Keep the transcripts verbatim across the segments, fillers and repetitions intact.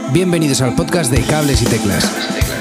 Bienvenidos al podcast de Cables y Teclas.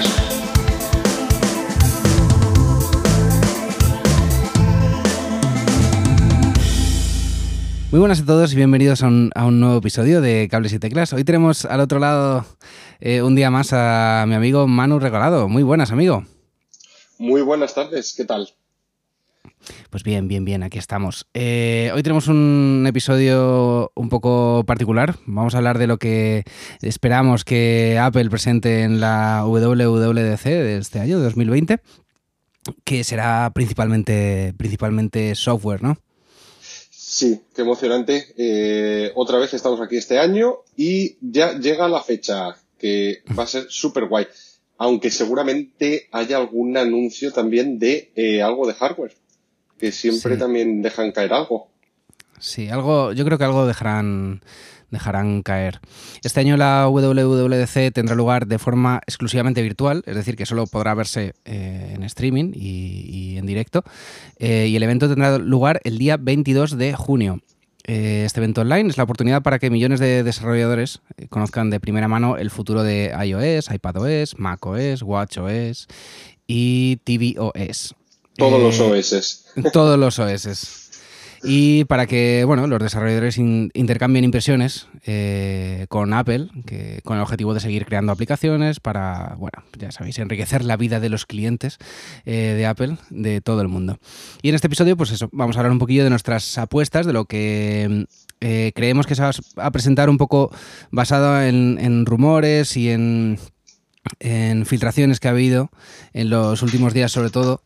Muy buenas a todos y bienvenidos a un, a un nuevo episodio de Cables y Teclas. Hoy tenemos al otro lado eh, un día más a mi amigo Manu Regalado. Muy buenas, amigo. Muy buenas tardes, ¿qué tal? Pues bien, bien, bien, aquí estamos. Eh, hoy tenemos un episodio un poco particular. Vamos a hablar de lo que esperamos que Apple presente en la W W D C de este año, de dos mil veinte, que será principalmente, principalmente software, ¿no? Sí, qué emocionante. Eh, otra vez estamos aquí este año y ya llega la fecha, que va a ser súper guay. Aunque seguramente haya algún anuncio también de eh, algo de hardware, que siempre sí. También dejan caer algo. Sí, algo, yo creo que algo dejarán, dejarán caer. Este año la W W D C tendrá lugar de forma exclusivamente virtual, es decir, que solo podrá verse eh, en streaming y, y en directo. Eh, y el evento tendrá lugar el día veintidós de junio. Eh, este evento online es la oportunidad para que millones de desarrolladores eh, conozcan de primera mano el futuro de iOS, iPadOS, macOS, watchOS y tvOS. Todos eh, los O S. Todos los O S. Y para que bueno, los desarrolladores in, intercambien impresiones eh, con Apple, que, con el objetivo de seguir creando aplicaciones para, bueno, ya sabéis, enriquecer la vida de los clientes eh, de Apple de todo el mundo. Y en este episodio, pues eso, vamos a hablar un poquillo de nuestras apuestas, de lo que eh, creemos que se va a presentar un poco basado en, en rumores y en, en filtraciones que ha habido en los últimos días, sobre todo.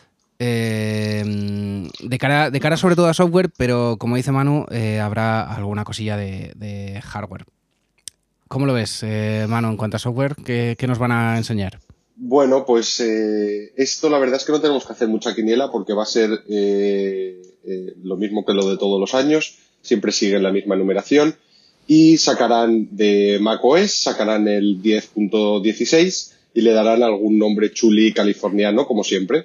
Eh, de cara de cara sobre todo a software, pero como dice Manu, eh, habrá alguna cosilla de, de hardware. ¿Cómo lo ves, eh, Manu, en cuanto a software? ¿Qué, qué nos van a enseñar? Bueno, pues eh, esto la verdad es que no tenemos que hacer mucha quiniela porque va a ser eh, eh, lo mismo que lo de todos los años, siempre siguen la misma numeración y sacarán de macOS, sacarán el diez punto dieciséis y le darán algún nombre chuli californiano, como siempre.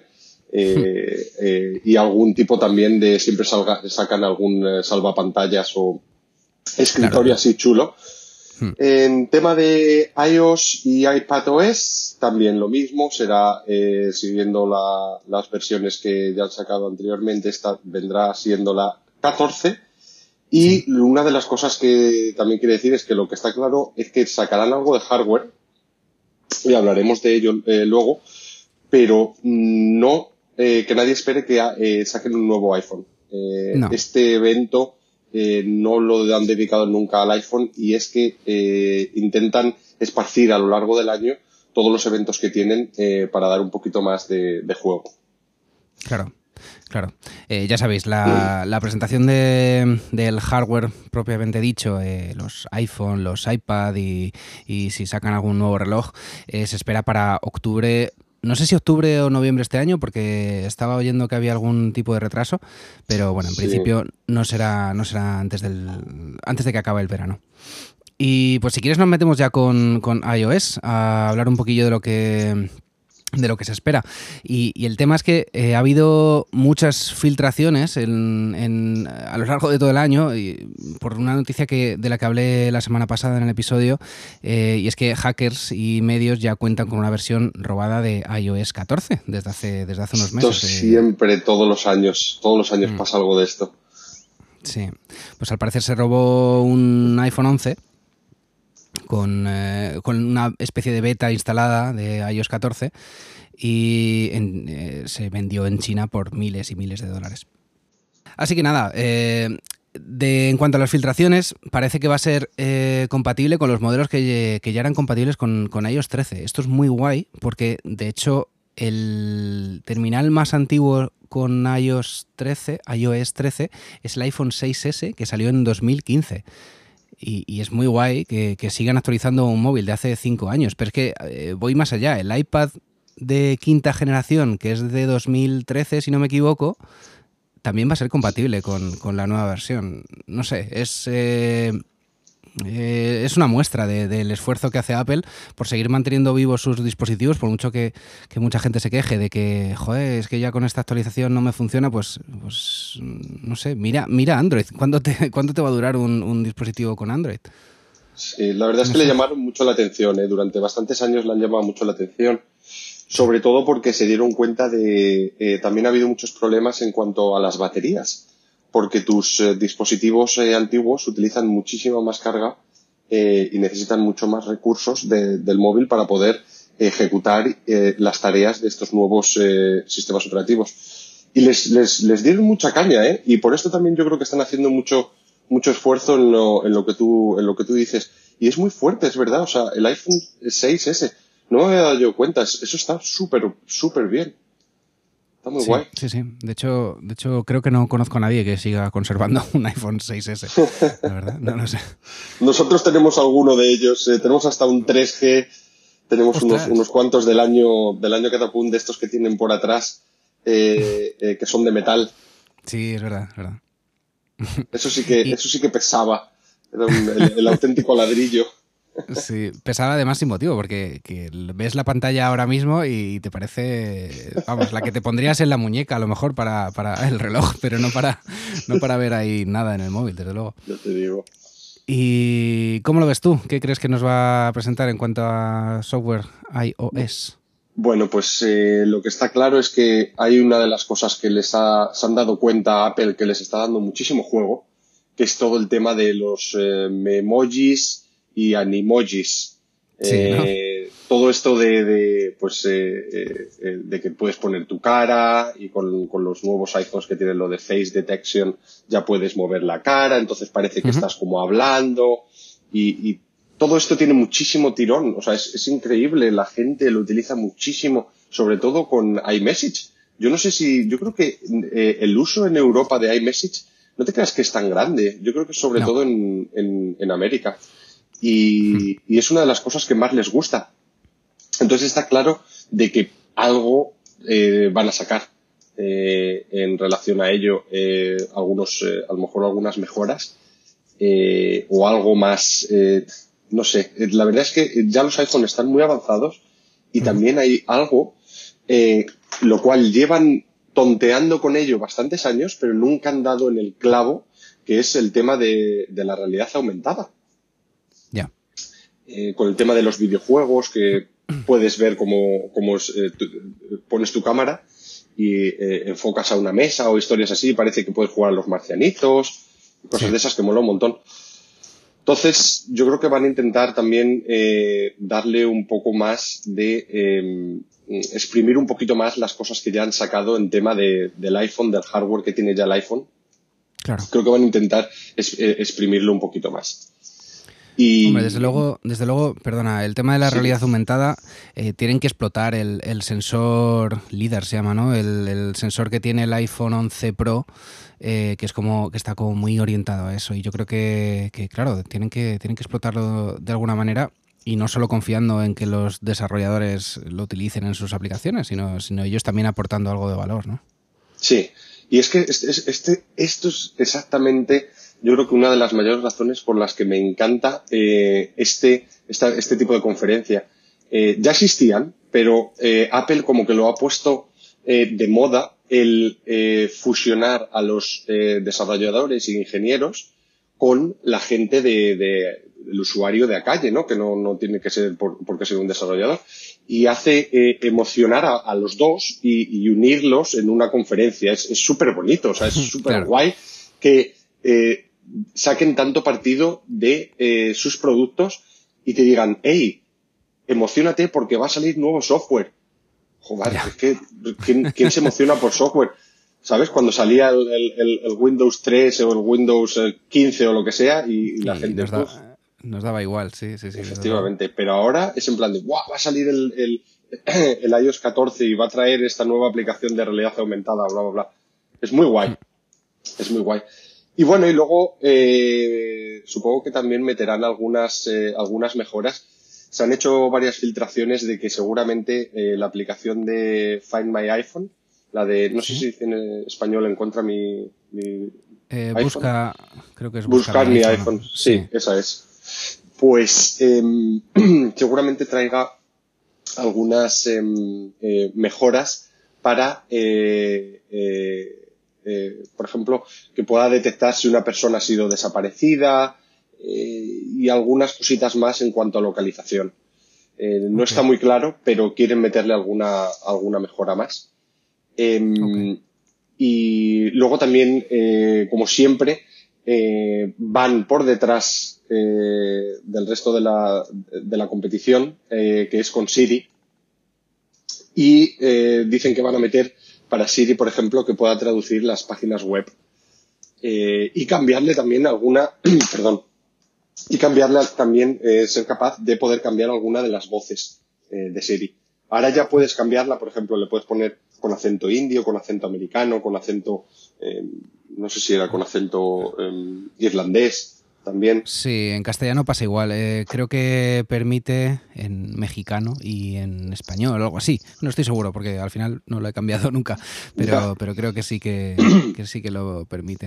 Eh, eh, y algún tipo también de siempre salga, sacan algún eh, salvapantallas o escritorio claro. Así chulo. Hmm. En tema de iOS y iPadOS también lo mismo, será eh, siguiendo la, las versiones que ya han sacado anteriormente. Esta vendrá siendo la catorce y sí. Una de las cosas que también quiere decir es que lo que está claro es que sacarán algo de hardware y hablaremos de ello eh, luego, pero no Eh, que nadie espere que eh, saquen un nuevo iPhone. Eh, no. Este evento eh, no lo han dedicado nunca al iPhone y es que eh, intentan esparcir a lo largo del año todos los eventos que tienen eh, para dar un poquito más de, de juego. Claro. Claro, eh, ya sabéis, la, la presentación de, del hardware propiamente dicho, eh, los iPhone, los iPad y, y si sacan algún nuevo reloj, eh, se espera para octubre. No sé si octubre o noviembre este año, porque estaba oyendo que había algún tipo de retraso, pero bueno, en sí. principio no será, no será antes del, antes de que acabe el verano. Y pues si quieres nos metemos ya con, con iOS a hablar un poquillo de lo que... de lo que se espera. Y, y el tema es que eh, ha habido muchas filtraciones en, en, a lo largo de todo el año y por una noticia que, de la que hablé la semana pasada en el episodio, eh, y es que hackers y medios ya cuentan con una versión robada de iOS catorce desde hace, desde hace unos meses. Esto siempre, todos los años, todos los años mm. pasa algo de esto. Sí, pues al parecer se robó un iPhone once Con, eh, con una especie de beta instalada de iOS catorce y en, eh, se vendió en China por miles y miles de dólares. Así que nada, eh, de, en cuanto a las filtraciones, parece que va a ser eh, compatible con los modelos que, que ya eran compatibles con, con iOS trece. Esto es muy guay porque, de hecho, el terminal más antiguo con iOS trece, iOS trece es el iPhone seis ese que salió en dos mil quince. Y, y es muy guay que, que sigan actualizando un móvil de hace cinco años. Pero es que eh, voy más allá. El iPad de quinta generación, que es de dos mil trece, si no me equivoco, también va a ser compatible con, con la nueva versión. No sé, es... Eh, Eh, es una muestra de, del esfuerzo que hace Apple por seguir manteniendo vivos sus dispositivos, por mucho que, que mucha gente se queje de que, joder, es que ya con esta actualización no me funciona, pues, pues no sé, mira, mira Android. ¿Cuándo te, ¿cuándo te va a durar un, un dispositivo con Android? Sí, la verdad es que le llamaron mucho la atención, ¿eh? Durante bastantes años le han llamado mucho la atención, sobre todo porque se dieron cuenta de... Eh, también ha habido muchos problemas en cuanto a las baterías, porque tus eh, dispositivos eh, antiguos utilizan muchísima más carga eh, y necesitan mucho más recursos de, del móvil para poder ejecutar eh, las tareas de estos nuevos eh, sistemas operativos. Y les, les, les dieron mucha caña, ¿eh? Y por esto también yo creo que están haciendo mucho... mucho esfuerzo en lo, en lo que tú, en lo que tú dices. Y es muy fuerte, es verdad. O sea, el iPhone seis ese, no me había dado yo cuenta. Eso está súper, súper bien. Está muy sí, guay. Sí, sí. De hecho, de hecho, creo que no conozco a nadie que siga conservando un iPhone seis ese. La verdad, no lo sé. Nosotros tenemos alguno de ellos. Eh, tenemos hasta un tres G. Tenemos unos, unos cuantos del año, del año Catapult, de estos que tienen por atrás, eh, eh, que son de metal. Sí, es verdad, es verdad. Eso sí que, y... eso sí que pesaba. Era un, el, el auténtico ladrillo. Sí, pesaba además sin motivo, porque que ves la pantalla ahora mismo y te parece, vamos, la que te pondrías en la muñeca a lo mejor para, para el reloj, pero no para, no para ver ahí nada en el móvil, desde luego. Ya te digo. ¿Y cómo lo ves tú? ¿Qué crees que nos va a presentar en cuanto a software iOS? Bueno, pues eh, lo que está claro es que hay una de las cosas que les ha, se han dado cuenta a Apple que les está dando muchísimo juego, que es todo el tema de los eh, memojis y animojis. Sí, ¿no? Eh, todo esto de, de pues eh, eh, de que puedes poner tu cara y con, con los nuevos iPhones que tienen lo de Face Detection ya puedes mover la cara, entonces parece que uh-huh. estás como hablando y, y todo esto tiene muchísimo tirón, o sea, es, es increíble, la gente lo utiliza muchísimo, sobre todo con iMessage. Yo no sé si, yo creo que eh, el uso en Europa de iMessage, no te creas que es tan grande, yo creo que sobre no. todo en, en, en América. Y, y es una de las cosas que más les gusta. Entonces está claro de que algo eh, van a sacar eh, en relación a ello, eh, algunos, eh, a lo mejor algunas mejoras eh, o algo más... Eh, no sé, la verdad es que ya los iPhones están muy avanzados y uh-huh. también hay algo, eh, lo cual llevan tonteando con ello bastantes años, pero nunca han dado en el clavo, que es el tema de, de la realidad aumentada. Ya. Yeah. Eh, con el tema de los videojuegos, que puedes ver cómo, cómo es, eh, tú, pones tu cámara y eh, enfocas a una mesa o historias así, parece que puedes jugar a los marcianitos, cosas sí. de esas que mola un montón. Entonces, yo creo que van a intentar también eh, darle un poco más de... Eh, exprimir un poquito más las cosas que ya han sacado en tema de, del iPhone, del hardware que tiene ya el iPhone. Claro. Creo que van a intentar es, eh, exprimirlo un poquito más. Y... Hombre, desde luego, desde luego, perdona, el tema de la sí. realidad aumentada, eh, tienen que explotar el, el sensor LiDAR, se llama, ¿no? El, el sensor que tiene el iPhone once Pro, eh, que es como que está como muy orientado a eso. Y yo creo que, que claro, tienen que, tienen que explotarlo de alguna manera y no solo confiando en que los desarrolladores lo utilicen en sus aplicaciones, sino, sino ellos también aportando algo de valor, ¿no? Sí, y es que este, este, esto es exactamente... Yo creo que una de las mayores razones por las que me encanta eh, este, esta, este tipo de conferencia. Eh, ya existían, pero eh, Apple como que lo ha puesto eh, de moda el eh, fusionar a los eh, desarrolladores y ingenieros con la gente de, de, del usuario de a calle, ¿no? Que no, no tiene que ser por, porque sea un desarrollador. Y hace eh, emocionar a, a los dos y, y unirlos en una conferencia. Es súper bonito, o sea, es súper claro. guay que... Eh, saquen tanto partido de eh, sus productos y te digan, hey, emocionate porque va a salir nuevo software. Joder, yeah. es que ¿quién, ¿quién se emociona por software? ¿Sabes? Cuando salía el, el, el Windows tres o el Windows quince o lo que sea y, y la y gente... Nos, da, pues, nos daba igual, sí, sí, sí. Efectivamente, pero ahora es en plan de, ¡guau! Va a salir el, el, el iOS catorce y va a traer esta nueva aplicación de realidad aumentada, bla, bla, bla. Es muy guay. Mm. Es muy guay. Y bueno, y luego eh, supongo que también meterán algunas, eh, algunas mejoras. Se han hecho varias filtraciones de que seguramente eh, la aplicación de Find My iPhone, la de, no ¿Sí? sé si dice en español, encuentra mi, mi eh, iPhone. Busca, creo que es buscar, buscar mi iPhone. iPhone. Sí, sí, esa es. Pues eh, seguramente traiga algunas eh, eh, mejoras para... Eh, eh, Eh, por ejemplo, que pueda detectar si una persona ha sido desaparecida, eh, y algunas cositas más en cuanto a localización. Eh, no Okay. está muy claro, pero quieren meterle alguna, alguna mejora más. Eh, Okay. Y luego también, eh, como siempre, eh, van por detrás eh, del resto de la, de la competición, eh, que es con Siri, y eh, dicen que van a meter para Siri, por ejemplo, que pueda traducir las páginas web eh, y cambiarle también alguna, perdón, y cambiarle también, eh, ser capaz de poder cambiar alguna de las voces eh, de Siri. Ahora ya puedes cambiarla, por ejemplo, le puedes poner con acento indio, con acento americano, con acento, eh, no sé si era con acento eh, irlandés también. Sí, en castellano pasa igual. Eh, creo que permite en mexicano y en español o algo así. No estoy seguro porque al final no lo he cambiado nunca, pero, pero creo que sí que, que sí que lo permite.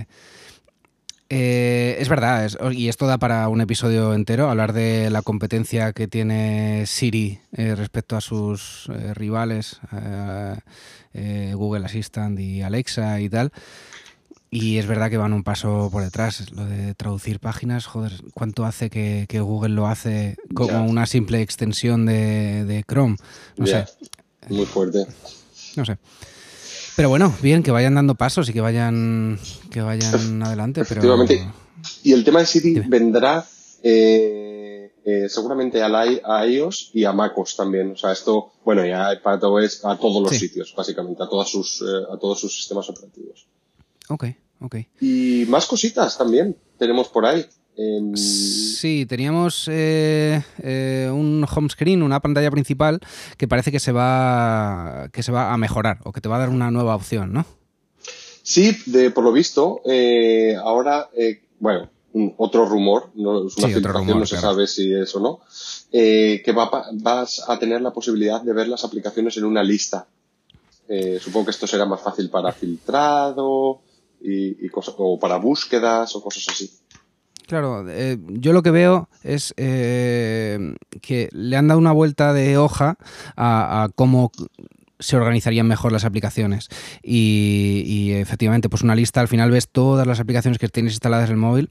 Eh, es verdad, es, y esto da para un episodio entero, hablar de la competencia que tiene Siri eh, respecto a sus eh, rivales, eh, eh, Google Assistant y Alexa y tal. Y es verdad que van un paso por detrás. Lo de traducir páginas, joder, ¿cuánto hace que, que Google lo hace como Ya, una simple extensión de, de Chrome? No ya, sé, muy fuerte. no sé. Pero bueno, bien, que vayan dando pasos y que vayan, que Ef- vayan adelante, efectivamente. pero... Y el tema de Siri Dime. vendrá eh, eh, seguramente a, la, a iOS y a MacOS también. O sea, esto, bueno, y a iPadOS, a todos los Sí, sitios, básicamente, a, todas sus, eh, a todos sus sistemas operativos. ok, ok. Y más cositas también tenemos por ahí. Em, Sí, teníamos eh, eh, un home screen, una pantalla principal que parece que se va que se va a mejorar o que te va a dar una nueva opción, ¿no? sí, de, por lo visto, eh, ahora, eh, bueno, un- otro rumor, no es una Sí, otro filtración, no rumor, se claro. sabe si es o no, eh, que va, a pa- vas a tener la posibilidad de ver las aplicaciones en una lista. Eh, supongo que esto será más fácil para filtrado y, y cosas, o para búsquedas o cosas así. Claro, eh, yo lo que veo es eh, que le han dado una vuelta de hoja a, a cómo se organizarían mejor las aplicaciones. Y, y efectivamente, pues una lista, al final ves todas las aplicaciones que tienes instaladas en el móvil.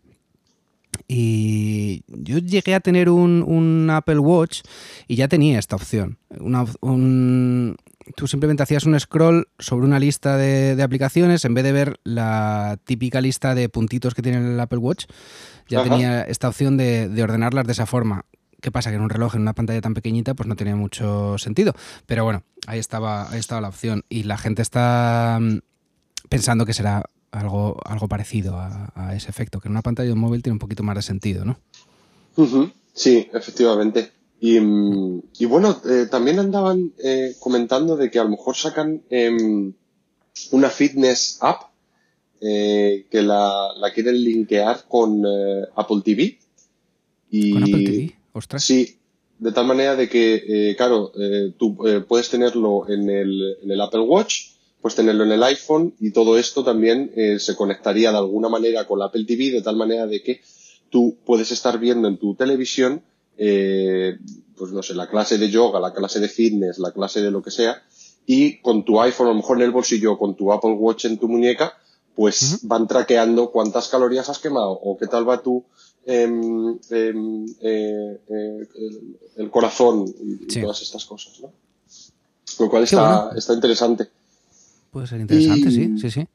Y yo llegué a tener un, un Apple Watch y ya tenía esta opción. Una, un, tú simplemente hacías un scroll sobre una lista de, de aplicaciones en vez de ver la típica lista de puntitos que tiene el Apple Watch. Ya Ajá. tenía esta opción de, de ordenarlas de esa forma. ¿Qué pasa? Que en un reloj, en una pantalla tan pequeñita, pues no tenía mucho sentido. Pero bueno, ahí estaba, ahí estaba la opción. Y la gente está mm, pensando que será algo, algo parecido a, a ese efecto, que en una pantalla de un móvil tiene un poquito más de sentido, ¿no? Ujú. Sí, efectivamente. Y, mm, y bueno, eh, también andaban eh, comentando de que a lo mejor sacan em, una fitness app eh, que la, la quieren linkear con eh, Apple T V. Con Apple Y T V, ostras. sí, de tal manera de que, eh, claro, eh, tú eh, puedes tenerlo en el, en el Apple Watch, puedes tenerlo en el iPhone y todo esto también eh, se conectaría de alguna manera con la Apple T V, de tal manera de que tú puedes estar viendo en tu televisión, eh, pues no sé, la clase de yoga, la clase de fitness, la clase de lo que sea, y con tu iPhone a lo mejor en el bolsillo o con tu Apple Watch en tu muñeca, pues Ujú. van traqueando cuántas calorías has quemado o qué tal va tu em, em, eh, eh, el, el corazón y, y Sí. todas estas cosas, ¿no? Lo cual Qué bueno. está, está interesante. Puede ser interesante, sí, Y, sí, sí.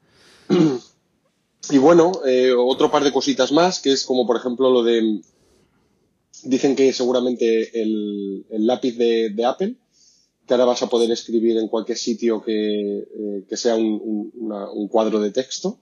y bueno, eh, otro par de cositas más, que es como por ejemplo lo de, dicen que seguramente el, el lápiz de, de Apple, que ahora vas a poder escribir en cualquier sitio que, eh, que sea un, un, una, un cuadro de texto.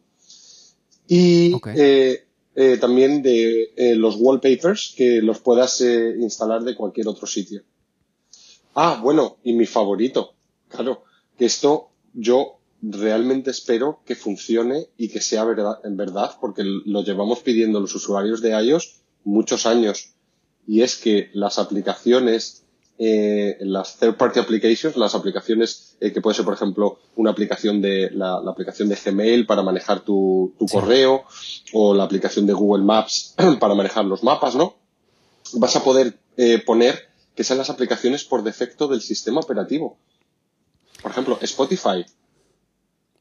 Y Ok. eh, eh, también de eh, los wallpapers que los puedas eh, instalar de cualquier otro sitio. Ah, bueno, y mi favorito, claro, que esto yo realmente espero que funcione y que sea verdad, en verdad, porque lo llevamos pidiendo los usuarios de iOS muchos años. Y es que las aplicaciones, eh, las third party applications, las aplicaciones eh, que puede ser, por ejemplo, una aplicación de la, la aplicación de Gmail para manejar tu, tu Sí. correo o la aplicación de Google Maps para manejar los mapas, ¿no? Vas a poder eh, poner que sean las aplicaciones por defecto del sistema operativo. Por ejemplo, Spotify.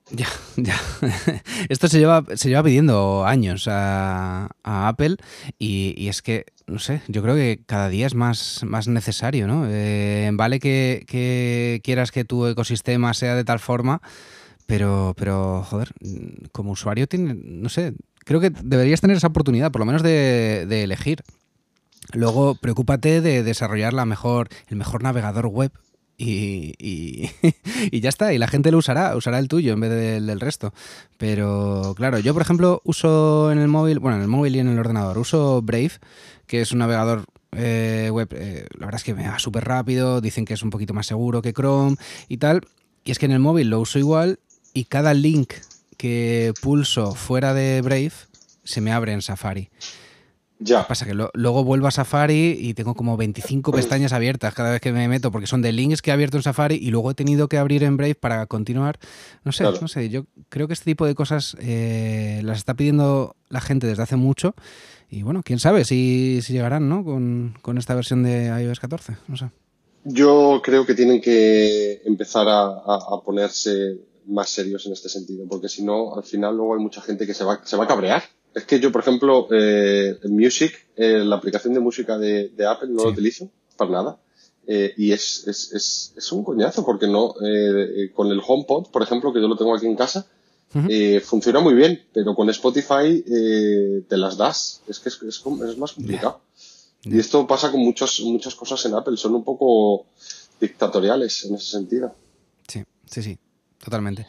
Ya, ya. Esto se lleva, se lleva pidiendo años a, a Apple y, y es que, no sé, yo creo que cada día es más, más necesario, ¿no? Eh, vale que, que quieras que tu ecosistema sea de tal forma, pero, pero, joder, como usuario, tiene, no sé, creo que deberías tener esa oportunidad, por lo menos de, de elegir. Luego, preocúpate de desarrollar la mejor, el mejor navegador web y, y, y ya está, y la gente lo usará, usará el tuyo en vez del, del resto. Pero claro, yo por ejemplo uso en el móvil, bueno, en el móvil y en el ordenador, uso Brave, que es un navegador eh, web, eh, la verdad es que me va súper rápido, dicen que es un poquito más seguro que Chrome y tal, y es que en el móvil lo uso igual y cada link que pulso fuera de Brave se me abre en Safari. ¿Qué Ya. pasa? Que lo, luego vuelvo a Safari y tengo como veinticinco pestañas abiertas cada vez que me meto, porque son de links que he abierto en Safari y luego he tenido que abrir en Brave para continuar. No sé, Claro. no sé, yo creo que este tipo de cosas eh, las está pidiendo la gente desde hace mucho y bueno, quién sabe si, si llegarán, ¿no? Con, con esta versión de iOS catorce, no sé. Yo creo que tienen que empezar a, a- a ponerse más serios en este sentido, porque si no, al final luego hay mucha gente que se va, se va a cabrear. Es que yo, por ejemplo, eh, Music, eh, la aplicación de música de, de Apple no la Sí. utilizo para nada. Eh, y es, es, es, es un coñazo, porque no, eh, eh, con el HomePod, por ejemplo, que yo lo tengo aquí en casa, Ujú. eh, funciona muy bien, pero con Spotify eh, te las das. Es que es, es, com- es más Ya, complicado. Y ya. esto pasa con muchos, muchas cosas en Apple, son un poco dictatoriales en ese sentido. Sí, sí, sí, totalmente.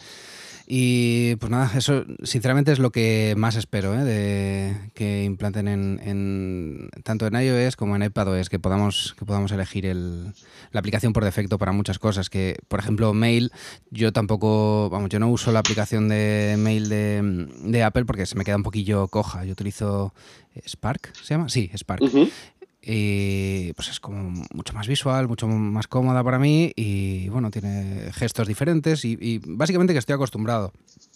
Y pues nada, eso sinceramente es lo que más espero, ¿eh? De que implanten en, en tanto en iOS como en iPadOS, que podamos, que podamos elegir el, la aplicación por defecto para muchas cosas. Que, por ejemplo, Mail, yo tampoco, vamos, yo no uso la aplicación de Mail de, de Apple porque se me queda un poquillo coja. Yo utilizo eh, Spark, ¿se llama? Sí, Spark. Ujú. Y pues es como mucho más visual, mucho más cómoda para mí y bueno, tiene gestos diferentes y, y básicamente que estoy acostumbrado.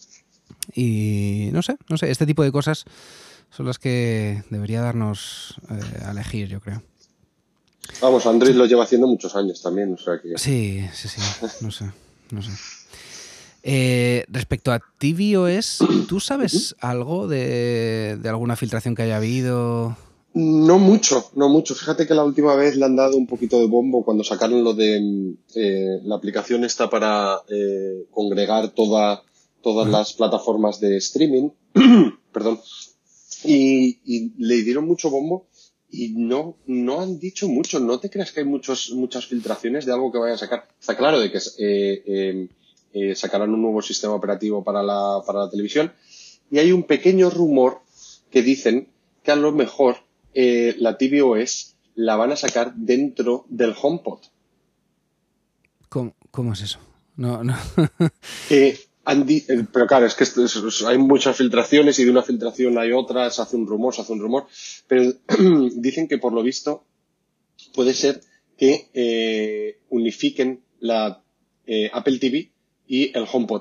Y no sé, no sé, este tipo de cosas son las que debería darnos eh, a elegir, yo creo. Vamos, Android Sí, lo lleva haciendo muchos años también, o sea que... sí, sí, sí, no sé, no sé. Eh, respecto a tvOS, ¿tú Ujú. sabes algo de, de alguna filtración que haya habido? No mucho, no mucho. Fíjate que la última vez le han dado un poquito de bombo cuando sacaron lo de mm, eh, la aplicación esta para eh, congregar toda, todas Ajá. las plataformas de streaming, perdón, y, y le dieron mucho bombo y no, no han dicho mucho. No te creas que hay muchos, muchas filtraciones de algo que vayan a sacar. Está claro de que eh, eh, eh, sacarán un nuevo sistema operativo para la, para la televisión y hay un pequeño rumor que dicen que a lo mejor eh, la tvOS la van a sacar dentro del HomePod. ¿Cómo, cómo es eso? No, no. Eh, han di- eh, pero claro, es que esto es- es- hay muchas filtraciones y de una filtración hay otra, se hace un rumor, se hace un rumor, pero dicen que por lo visto puede ser que eh, unifiquen la eh, Apple T V y el HomePod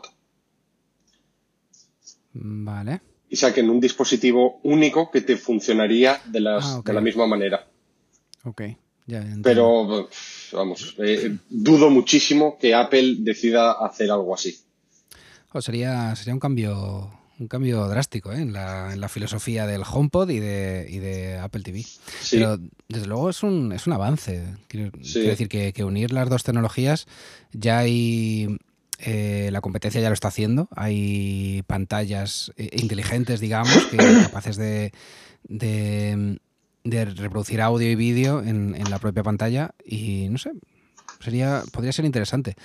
Vale. y saquen un dispositivo único que te funcionaría de, Ah, las, ok. de la misma manera. Ok, ya Pero, entiendo. vamos, eh, dudo muchísimo que Apple decida hacer algo así. Oh, sería, sería un cambio, un cambio drástico, ¿eh? en la, en la filosofía del HomePod y de, y de Apple T V. Sí, Pero desde luego es un, es un avance. Quiero, quiero sí, decir que, que unir las dos tecnologías ya hay. Eh, la competencia ya lo está haciendo. Hay pantallas eh, inteligentes, digamos, que capaces de, de, de reproducir audio y vídeo en, en la propia pantalla. Y no sé, sería, podría ser interesante.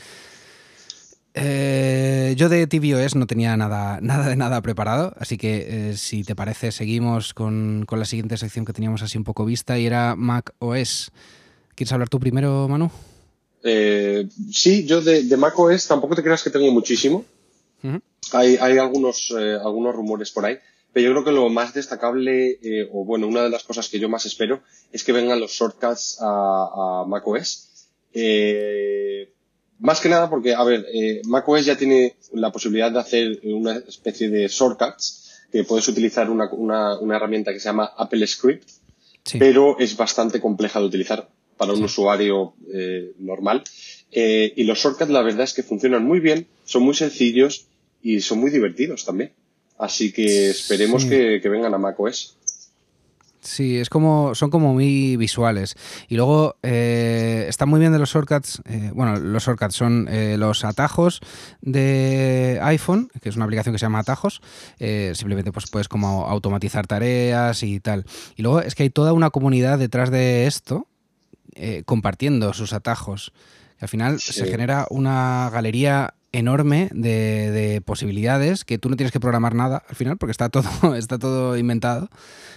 Eh, yo de tvOS no tenía nada, nada de nada preparado, así que eh, si te parece seguimos con, con la siguiente sección que teníamos así un poco vista y era Mac O S. ¿Quieres hablar tú primero, Manu? Eh, sí, yo de, de macOS tampoco te creas que tengo muchísimo. Ujú. Hay, hay algunos, eh, algunos rumores por ahí, pero yo creo que lo más destacable, eh, o bueno, una de las cosas que yo más espero es que vengan los shortcuts a, a macOS. Eh, más que nada porque, a ver, eh, macOS ya tiene la posibilidad de hacer una especie de shortcuts que puedes utilizar una, una, una herramienta que se llama Apple Script, Sí, pero es bastante compleja de utilizar para un sí. usuario eh, normal. Eh, y los shortcuts, la verdad es que funcionan muy bien, son muy sencillos y son muy divertidos también. Así que esperemos Sí. que, que vengan a macOS. Sí, es como, son como muy visuales. Y luego eh, están muy bien de los shortcuts. Eh, bueno, los shortcuts son eh, los atajos de iPhone, que es una aplicación que se llama Atajos. Eh, simplemente pues puedes como automatizar tareas y tal. Y luego es que hay toda una comunidad detrás de esto eh, compartiendo sus atajos. Al final se Sí. genera una galería enorme de, de posibilidades que tú no tienes que programar nada al final porque está todo, está todo inventado.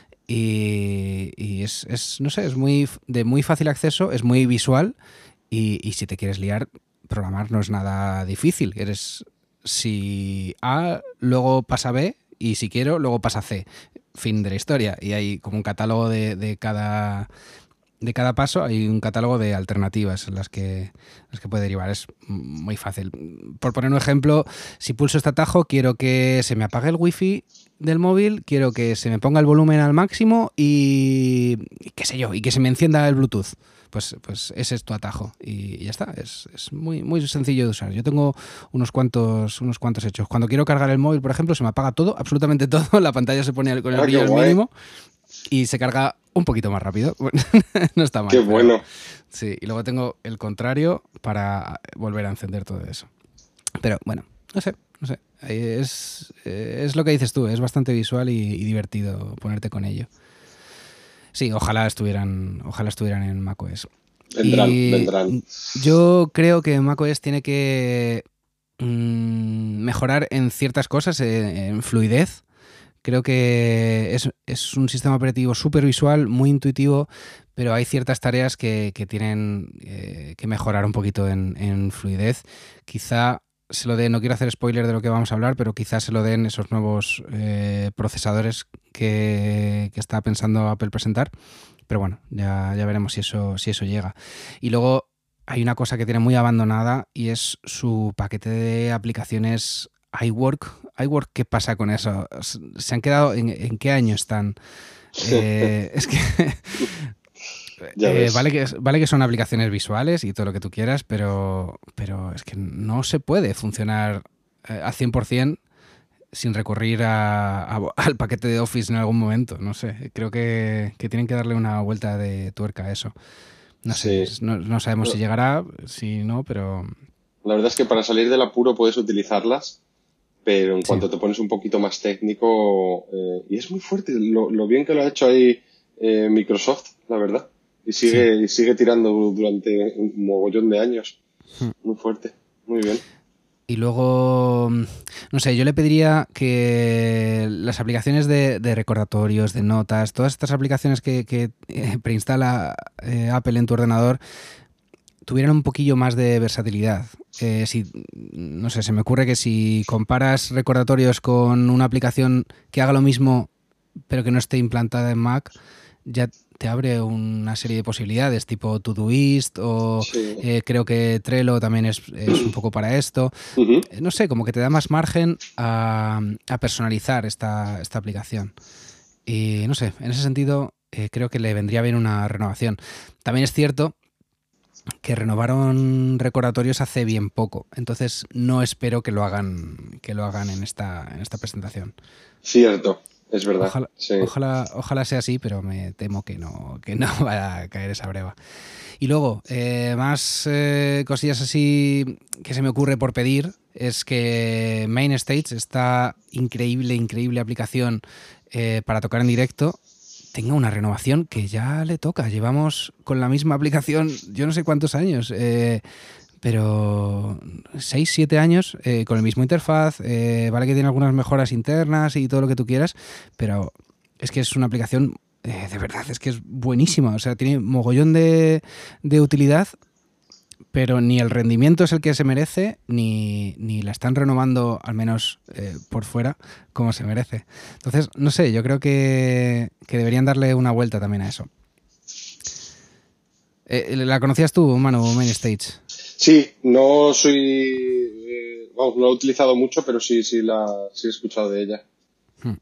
Y, y es, es, no sé, es muy de muy fácil acceso, es muy visual y, y si te quieres liar, programar no es nada difícil. Eres, si A, luego pasa B y si quiero, luego pasa C. Fin de la historia. Y hay como un catálogo de, de cada de cada paso, hay un catálogo de alternativas en las que, las que puede derivar. Es muy fácil. Por poner un ejemplo, si pulso este atajo, quiero que se me apague el wifi del móvil, quiero que se me ponga el volumen al máximo y, y qué sé yo, y que se me encienda el Bluetooth. Pues, pues ese es tu atajo y, y ya está. Es, es muy, muy sencillo de usar. Yo tengo unos cuantos, unos cuantos hechos. Cuando quiero cargar el móvil, por ejemplo, se me apaga todo, absolutamente todo. La pantalla se pone con el Ah, qué brillo al guay. mínimo y se carga un poquito más rápido. No está mal. Qué pero bueno. sí, y luego tengo el contrario para volver a encender todo eso. Pero bueno, no sé, no sé. Es, es lo que dices tú, es bastante visual y, y divertido ponerte con ello. Sí, ojalá estuvieran, ojalá estuvieran en macOS. Vendrán, Y vendrán. yo creo que macOS tiene que mmm, mejorar en ciertas cosas, en, en fluidez. Creo que es, es un sistema operativo súper visual, muy intuitivo, pero hay ciertas tareas que, que tienen eh, que mejorar un poquito en, en fluidez. Quizá se lo den, no quiero hacer spoiler de lo que vamos a hablar, pero quizás se lo den esos nuevos eh, procesadores que, que está pensando Apple presentar. Pero bueno, ya, ya veremos si eso, si eso llega. Y luego hay una cosa que tiene muy abandonada y es su paquete de aplicaciones iWork. iWork, ¿qué pasa con eso? ¿Se han quedado? ¿En, en qué año están? Eh, es que Ya eh, ves. vale que vale que son aplicaciones visuales y todo lo que tú quieras, pero, pero es que no se puede funcionar eh, al cien por ciento sin recurrir a, a, al paquete de Office en algún momento. No sé, creo que, que tienen que darle una vuelta de tuerca a eso. No sé, Sí. no, no sabemos si llegará, si no, pero La verdad es que para salir del apuro puedes utilizarlas, pero en sí. cuanto te pones un poquito más técnico, eh, y es muy fuerte lo, lo bien que lo ha hecho ahí eh, Microsoft, la verdad, y Sí. sigue, y sigue tirando durante un mogollón de años. Muy fuerte, muy bien. Y luego, no sé, yo le pediría que las aplicaciones de, de recordatorios, de notas, todas estas aplicaciones que, que eh, preinstala eh, Apple en tu ordenador, tuvieran un poquillo más de versatilidad. Eh, si, no sé, se me ocurre que si comparas recordatorios con una aplicación que haga lo mismo, pero que no esté implantada en Mac, ya te abre una serie de posibilidades, tipo Todoist o Sí. eh, creo que Trello también es, es un poco para esto. Ujú. Eh, no sé, como que te da más margen a, a personalizar esta, esta aplicación. Y no sé, en ese sentido eh, creo que le vendría bien una renovación. También es cierto que renovaron recordatorios hace bien poco, entonces no espero que lo hagan, que lo hagan en esta, en esta presentación. Cierto, es verdad. Ojalá, Sí. ojalá, ojalá sea así, pero me temo que no, que no vaya a caer esa breva. Y luego, eh, más eh, cosillas así que se me ocurre por pedir es que Main Stage, esta increíble, increíble aplicación eh, para tocar en directo, tenga una renovación que ya le toca. Llevamos con la misma aplicación yo no sé cuántos años, eh, pero seis siete años eh, con el mismo interfaz. Eh, vale que tiene algunas mejoras internas y todo lo que tú quieras, pero es que es una aplicación eh, de verdad, es que es buenísima. O sea, tiene mogollón de, de utilidad, pero ni el rendimiento es el que se merece, ni, ni la están renovando, al menos eh, por fuera, como se merece. Entonces, no sé, yo creo que, que deberían darle una vuelta también a eso. Eh, ¿La conocías tú, Manu, Main Stage? Sí, no soy, eh, vamos, no lo he utilizado mucho, pero sí, sí, la, sí he escuchado de ella. Hmm.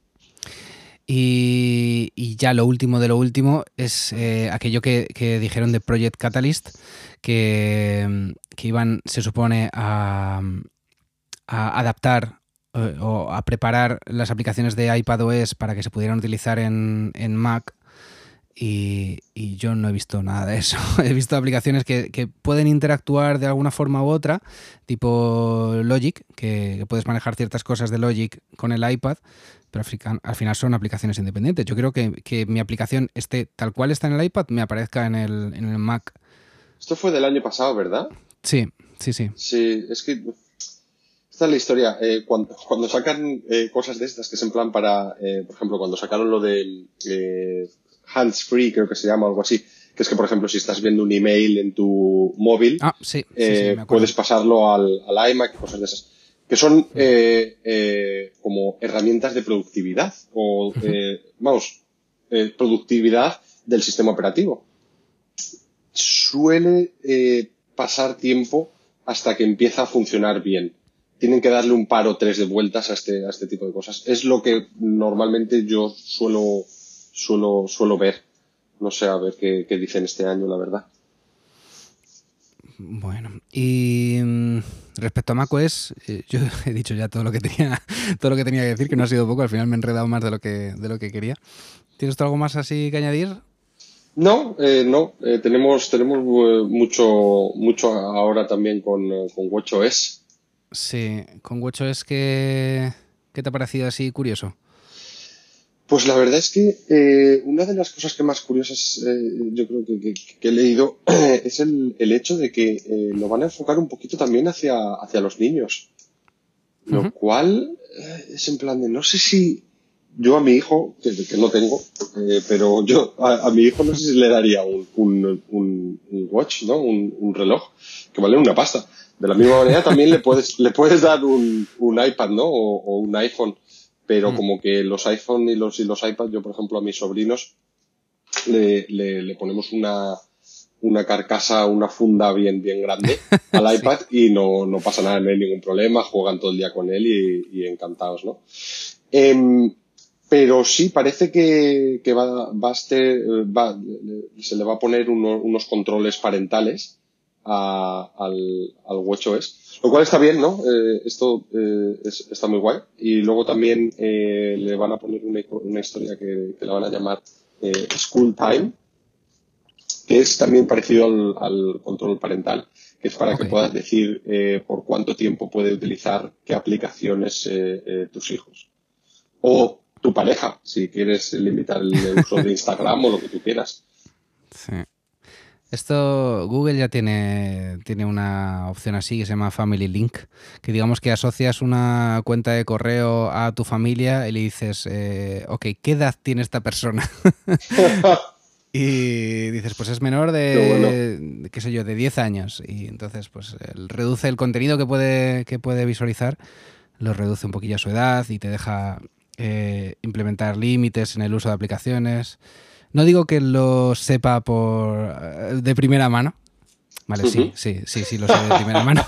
Y, y ya lo último de lo último es eh, aquello que, que dijeron de Project Catalyst, que, que iban, se supone, a, a adaptar eh, o a preparar las aplicaciones de iPadOS para que se pudieran utilizar en, en Mac. Y, y yo no he visto nada de eso. He visto aplicaciones que, que pueden interactuar de alguna forma u otra, tipo Logic, que, que puedes manejar ciertas cosas de Logic con el iPad, pero al fi- al final son aplicaciones independientes. Yo creo que, que mi aplicación esté tal cual está en el iPad, me aparezca en el, en el Mac. Esto fue del año pasado, ¿verdad? Sí, sí, sí. Sí, es que esta es la historia. Eh, cuando, cuando sacan eh, cosas de estas, que es en plan para, eh, por ejemplo, cuando sacaron lo de eh, hands free, creo que se llama, algo así, que es que, por ejemplo, si estás viendo un email en tu móvil, Ah, sí, sí, sí, me eh, acuerdo. puedes pasarlo al, al iMac, cosas de esas, que son eh, eh, como herramientas de productividad o, Ujú. eh, vamos, eh, productividad del sistema operativo. Suele eh, pasar tiempo hasta que empieza a funcionar bien. Tienen que darle un par o tres de vueltas a este, a este tipo de cosas. Es lo que normalmente yo suelo, suelo, suelo ver. No sé, a ver qué, qué dicen este año, la verdad. Bueno, y mm, respecto a macOS, eh, yo he dicho ya todo lo que tenía, todo lo que tenía que decir, que no ha sido poco, al final me he enredado más de lo que, de lo que quería. ¿Tienes tú algo más así que añadir? No, eh, no. Eh, tenemos tenemos eh, mucho mucho ahora también con, eh, con WatchOS. Sí, con WatchOS, ¿qué, qué te ha parecido así curioso? Pues la verdad es que eh, una de las cosas que más curiosas eh, yo creo que, que- que he leído es el, el hecho de que eh, lo van a enfocar un poquito también hacia, hacia los niños. Lo Ujú. cual eh, es en plan de, no sé si yo a mi hijo, que, que no tengo, eh, pero yo a, a mi hijo no sé si le daría un, un, un- un watch, ¿no? Un, un reloj, que vale una pasta. De la misma manera también le puedes, le puedes dar un, un iPad, ¿no? O, o un iPhone. Pero Mm. como que los iPhone y los, y los iPad, yo por ejemplo a mis sobrinos le, le, le ponemos una, una carcasa, una funda bien, bien grande al Sí. iPad y no, no pasa nada, no hay ningún problema, juegan todo el día con él y, y encantados, ¿no? Em, pero sí, parece que, que va, va a este- va- se le va a poner uno- unos controles parentales a- al, al WatchOS, lo cual está bien, ¿no? Eh, esto eh, es- está muy guay. Y luego también eh, le van a poner una, una historia que, que la van a llamar eh, School Time, que es también parecido al, al control parental, que es para que Ok. puedas decir eh, por cuánto tiempo puede utilizar qué aplicaciones eh, eh, tus hijos. O tu pareja, si quieres limitar el uso de Instagram o lo que tú quieras. Sí. Esto, Google ya tiene, tiene una opción así que se llama Family Link, que digamos que asocias una cuenta de correo a tu familia y le dices, eh, ok, ¿qué edad tiene esta persona? Y dices, pues es menor Qué bueno. de, qué sé yo, de diez años. Y entonces, pues él reduce el contenido que puede, que puede visualizar, lo reduce un poquillo a su edad y te deja eh, implementar límites en el uso de aplicaciones. No digo que lo sepa por eh, de primera mano. Vale, sí, sí, sí, sí, lo sé de primera mano.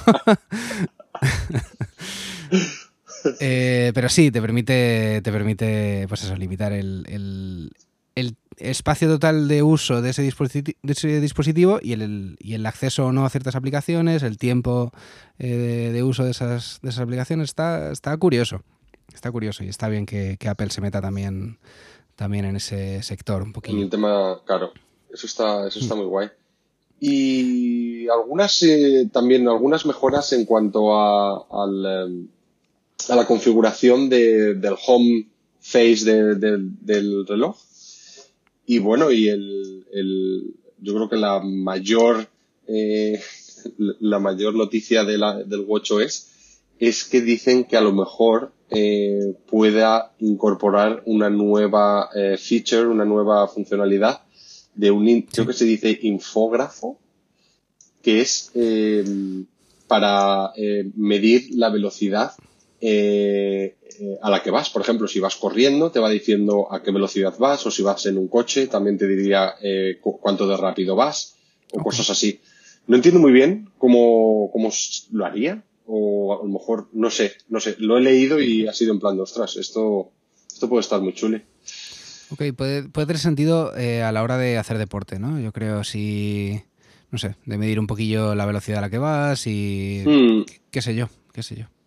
Eh, pero sí, te permite, te permite, pues eso, limitar el, el- el espacio total de uso de ese, dispositi- de ese dispositivo y el, y el acceso o no a ciertas aplicaciones, el tiempo eh, de, de uso de esas, de esas aplicaciones. Está, está curioso. Está curioso y está bien que, que Apple se meta también, también en ese sector un En poquillo. el tema, claro, eso está, eso Mm. está muy guay. Y algunas eh, también, algunas mejoras en cuanto a, al, em, a la configuración de- del home face de- del del reloj. Y bueno, y el, el- yo creo que la mayor, eh, la mayor noticia de la, del WatchOS es que dicen que a lo mejor eh, pueda incorporar una nueva eh, feature, una nueva funcionalidad de un, in- creo Sí. que se dice infógrafo, que es eh, para eh, medir la velocidad eh, eh, a la que vas. Por ejemplo, si vas corriendo, te va diciendo a qué velocidad vas, o si vas en un coche, también te diría eh, cu- cuánto de rápido vas, o Ok. cosas así. No entiendo muy bien cómo, cómo s- lo haría, o a lo mejor, no sé, no sé, lo he leído y ha sido en plan de, ostras, esto, esto puede estar muy chulo. Ok, puede, puede tener sentido eh, a la hora de hacer deporte, ¿no? Yo creo si, no sé, de medir un poquillo la velocidad a la que vas y Hmm. qué sé yo, qué sé yo.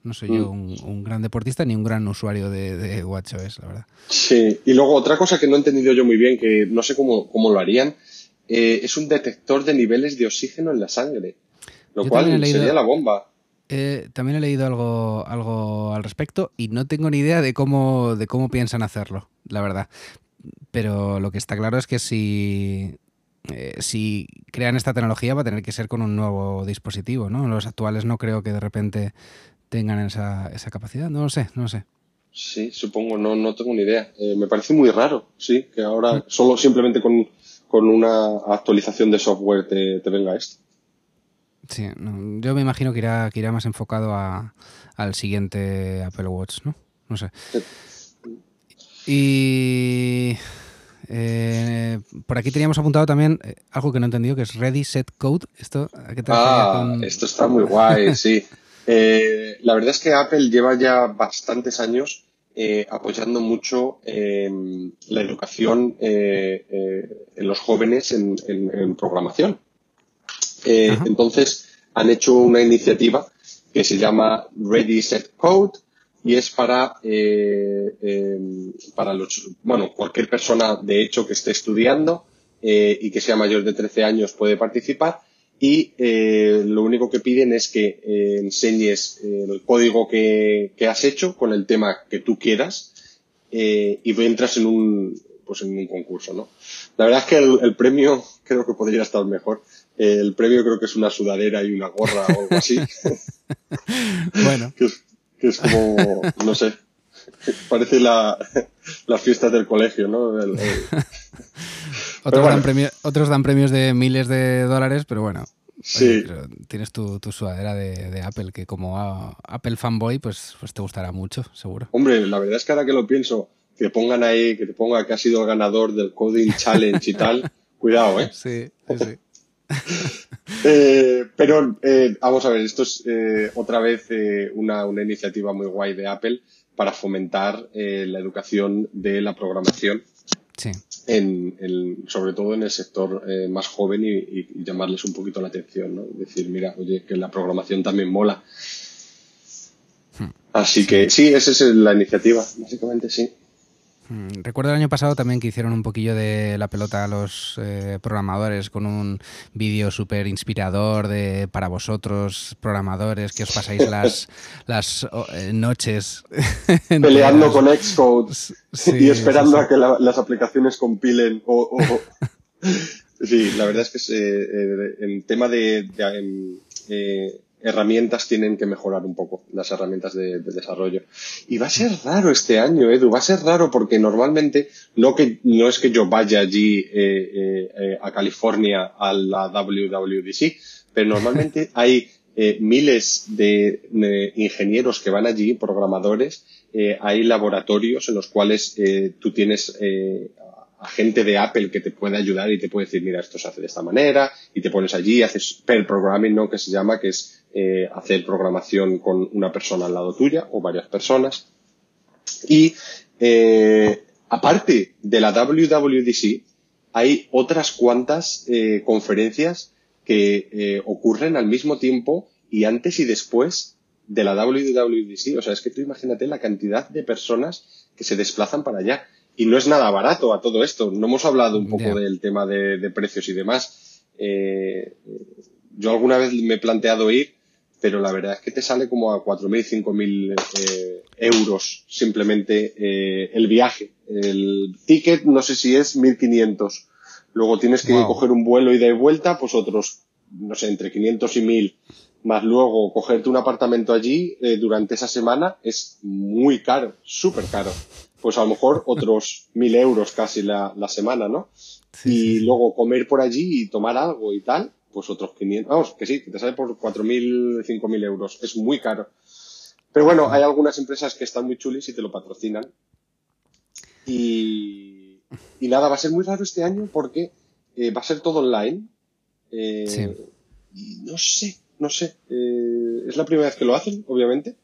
No soy Mm. yo un, un gran deportista ni un gran usuario de, de WatchOS, la verdad. Sí, y luego otra cosa que no he entendido yo muy bien, que no sé cómo, cómo lo harían, eh, es un detector de niveles de oxígeno en la sangre, lo Yo también he cual sería leído, la bomba. eh, también he leído algo, algo al respecto y no tengo ni idea de cómo, de cómo piensan hacerlo, la verdad. Pero lo que está claro es que si, eh, si crean esta tecnología va a tener que ser con un nuevo dispositivo, ¿no? Los actuales no creo que de repente tengan esa, esa capacidad. No lo sé, no lo sé. Sí, supongo, no, no tengo ni idea. Eh, me parece muy raro, sí, que Mm. ahora solo simplemente con, con una actualización de software te, te venga esto. Sí, no, yo me imagino que irá, que irá más enfocado a, al siguiente Apple Watch, ¿no? No sé. Y eh, por aquí teníamos apuntado también eh, algo que no he entendido, que es Ready Set Code. ¿Esto a qué te referías Ah, con...? esto está muy guay, sí. Eh, la verdad es que Apple lleva ya bastantes años eh, apoyando mucho eh, la educación eh, eh, en los jóvenes en, en- en programación. Eh, Ajá. entonces, han hecho una iniciativa que se llama Ready Set Code y es para, eh, eh, para los, bueno, cualquier persona de hecho que esté estudiando eh, y que sea mayor de trece años puede participar y eh, lo único que piden es que eh, enseñes eh, el código que, que has hecho con el tema que tú quieras eh, y entras en un, pues en un concurso, ¿no? La verdad es que el, el premio creo que podría estar mejor. Eh, el premio creo que es una sudadera y una gorra o algo así, Bueno, que es, que es como, no sé, parece la, las fiestas del colegio, ¿no? El- el- Pero otros dan, bueno, premio- otros dan premios de miles de dólares, pero bueno. Oye, sí, pero tienes tu, tu sudadera de, de Apple, que como a- Apple fanboy, pues, pues te gustará mucho, seguro. hombre, la verdad es que ahora que lo pienso, que pongan ahí, que te ponga que ha sido el ganador del Coding Challenge y tal, cuidado, ¿eh? Sí, sí, sí. Eh, pero eh, vamos a ver, esto es eh, otra vez eh, una, una iniciativa muy guay de Apple para fomentar eh, la educación de la programación, Sí. en, en- sobre todo en el sector eh, más joven y, y llamarles un poquito la atención, ¿no? Decir, mira, oye, que la programación también mola. Hmm. Así Sí. que sí, esa es la iniciativa, básicamente sí. Mm, Recuerdo el año pasado también que hicieron un poquillo de la pelota a los eh, programadores con un vídeo súper inspirador de para vosotros, programadores, que os pasáis las, las oh, eh, noches Peleando enteras. con Xcode S- y Sí, sí, esperando sí. a que la- las aplicaciones compilen o, o- Sí, la verdad es que es, eh, eh, en tema de, de, em, eh, herramientas tienen que mejorar un poco las herramientas de, de desarrollo. Y va a ser raro este año, Edu, va a ser raro porque normalmente no que no es que yo vaya allí eh, eh, eh, a California a la W W D C, pero normalmente hay eh, miles de eh, ingenieros que van allí, programadores, eh, hay laboratorios en los cuales eh, tú tienes eh, a gente de Apple que te puede ayudar y te puede decir, mira, esto se hace de esta manera, y te pones allí, haces pair programming, ¿no? Que se llama, que es eh, hacer programación con una persona al lado tuya o varias personas. Y eh, aparte de la W W D C, hay otras cuantas eh, conferencias que eh, ocurren al mismo tiempo y antes y después de la W W D C. O sea, es que tú imagínate la cantidad de personas que se desplazan para allá. Y no es nada barato a todo esto. No hemos hablado un poco Ya. del tema de, de precios y demás. Eh, yo alguna vez me he planteado ir, pero la verdad es que te sale como a cuatro mil, cinco mil eh, euros simplemente eh, el viaje. El ticket no sé si es mil quinientos. Luego tienes que Wow. coger un vuelo ida y vuelta, pues otros, no sé, entre quinientos y mil. Más luego cogerte un apartamento allí eh, durante esa semana es muy caro, súper caro. Pues a lo mejor otros mil euros casi la, la semana, ¿no? Sí, sí, Y sí. luego comer por allí y tomar algo y tal, pues otros quinientos, vamos, que sí, que te sale por cuatro mil, cinco mil euros. Es muy caro. Pero bueno, hay Mm. algunas empresas que están muy chulis y te lo patrocinan. Y, y nada, va a ser muy raro este año porque eh, va a ser todo online. Sí. Eh, y no sé, no sé. Eh, es la primera vez que lo hacen, obviamente.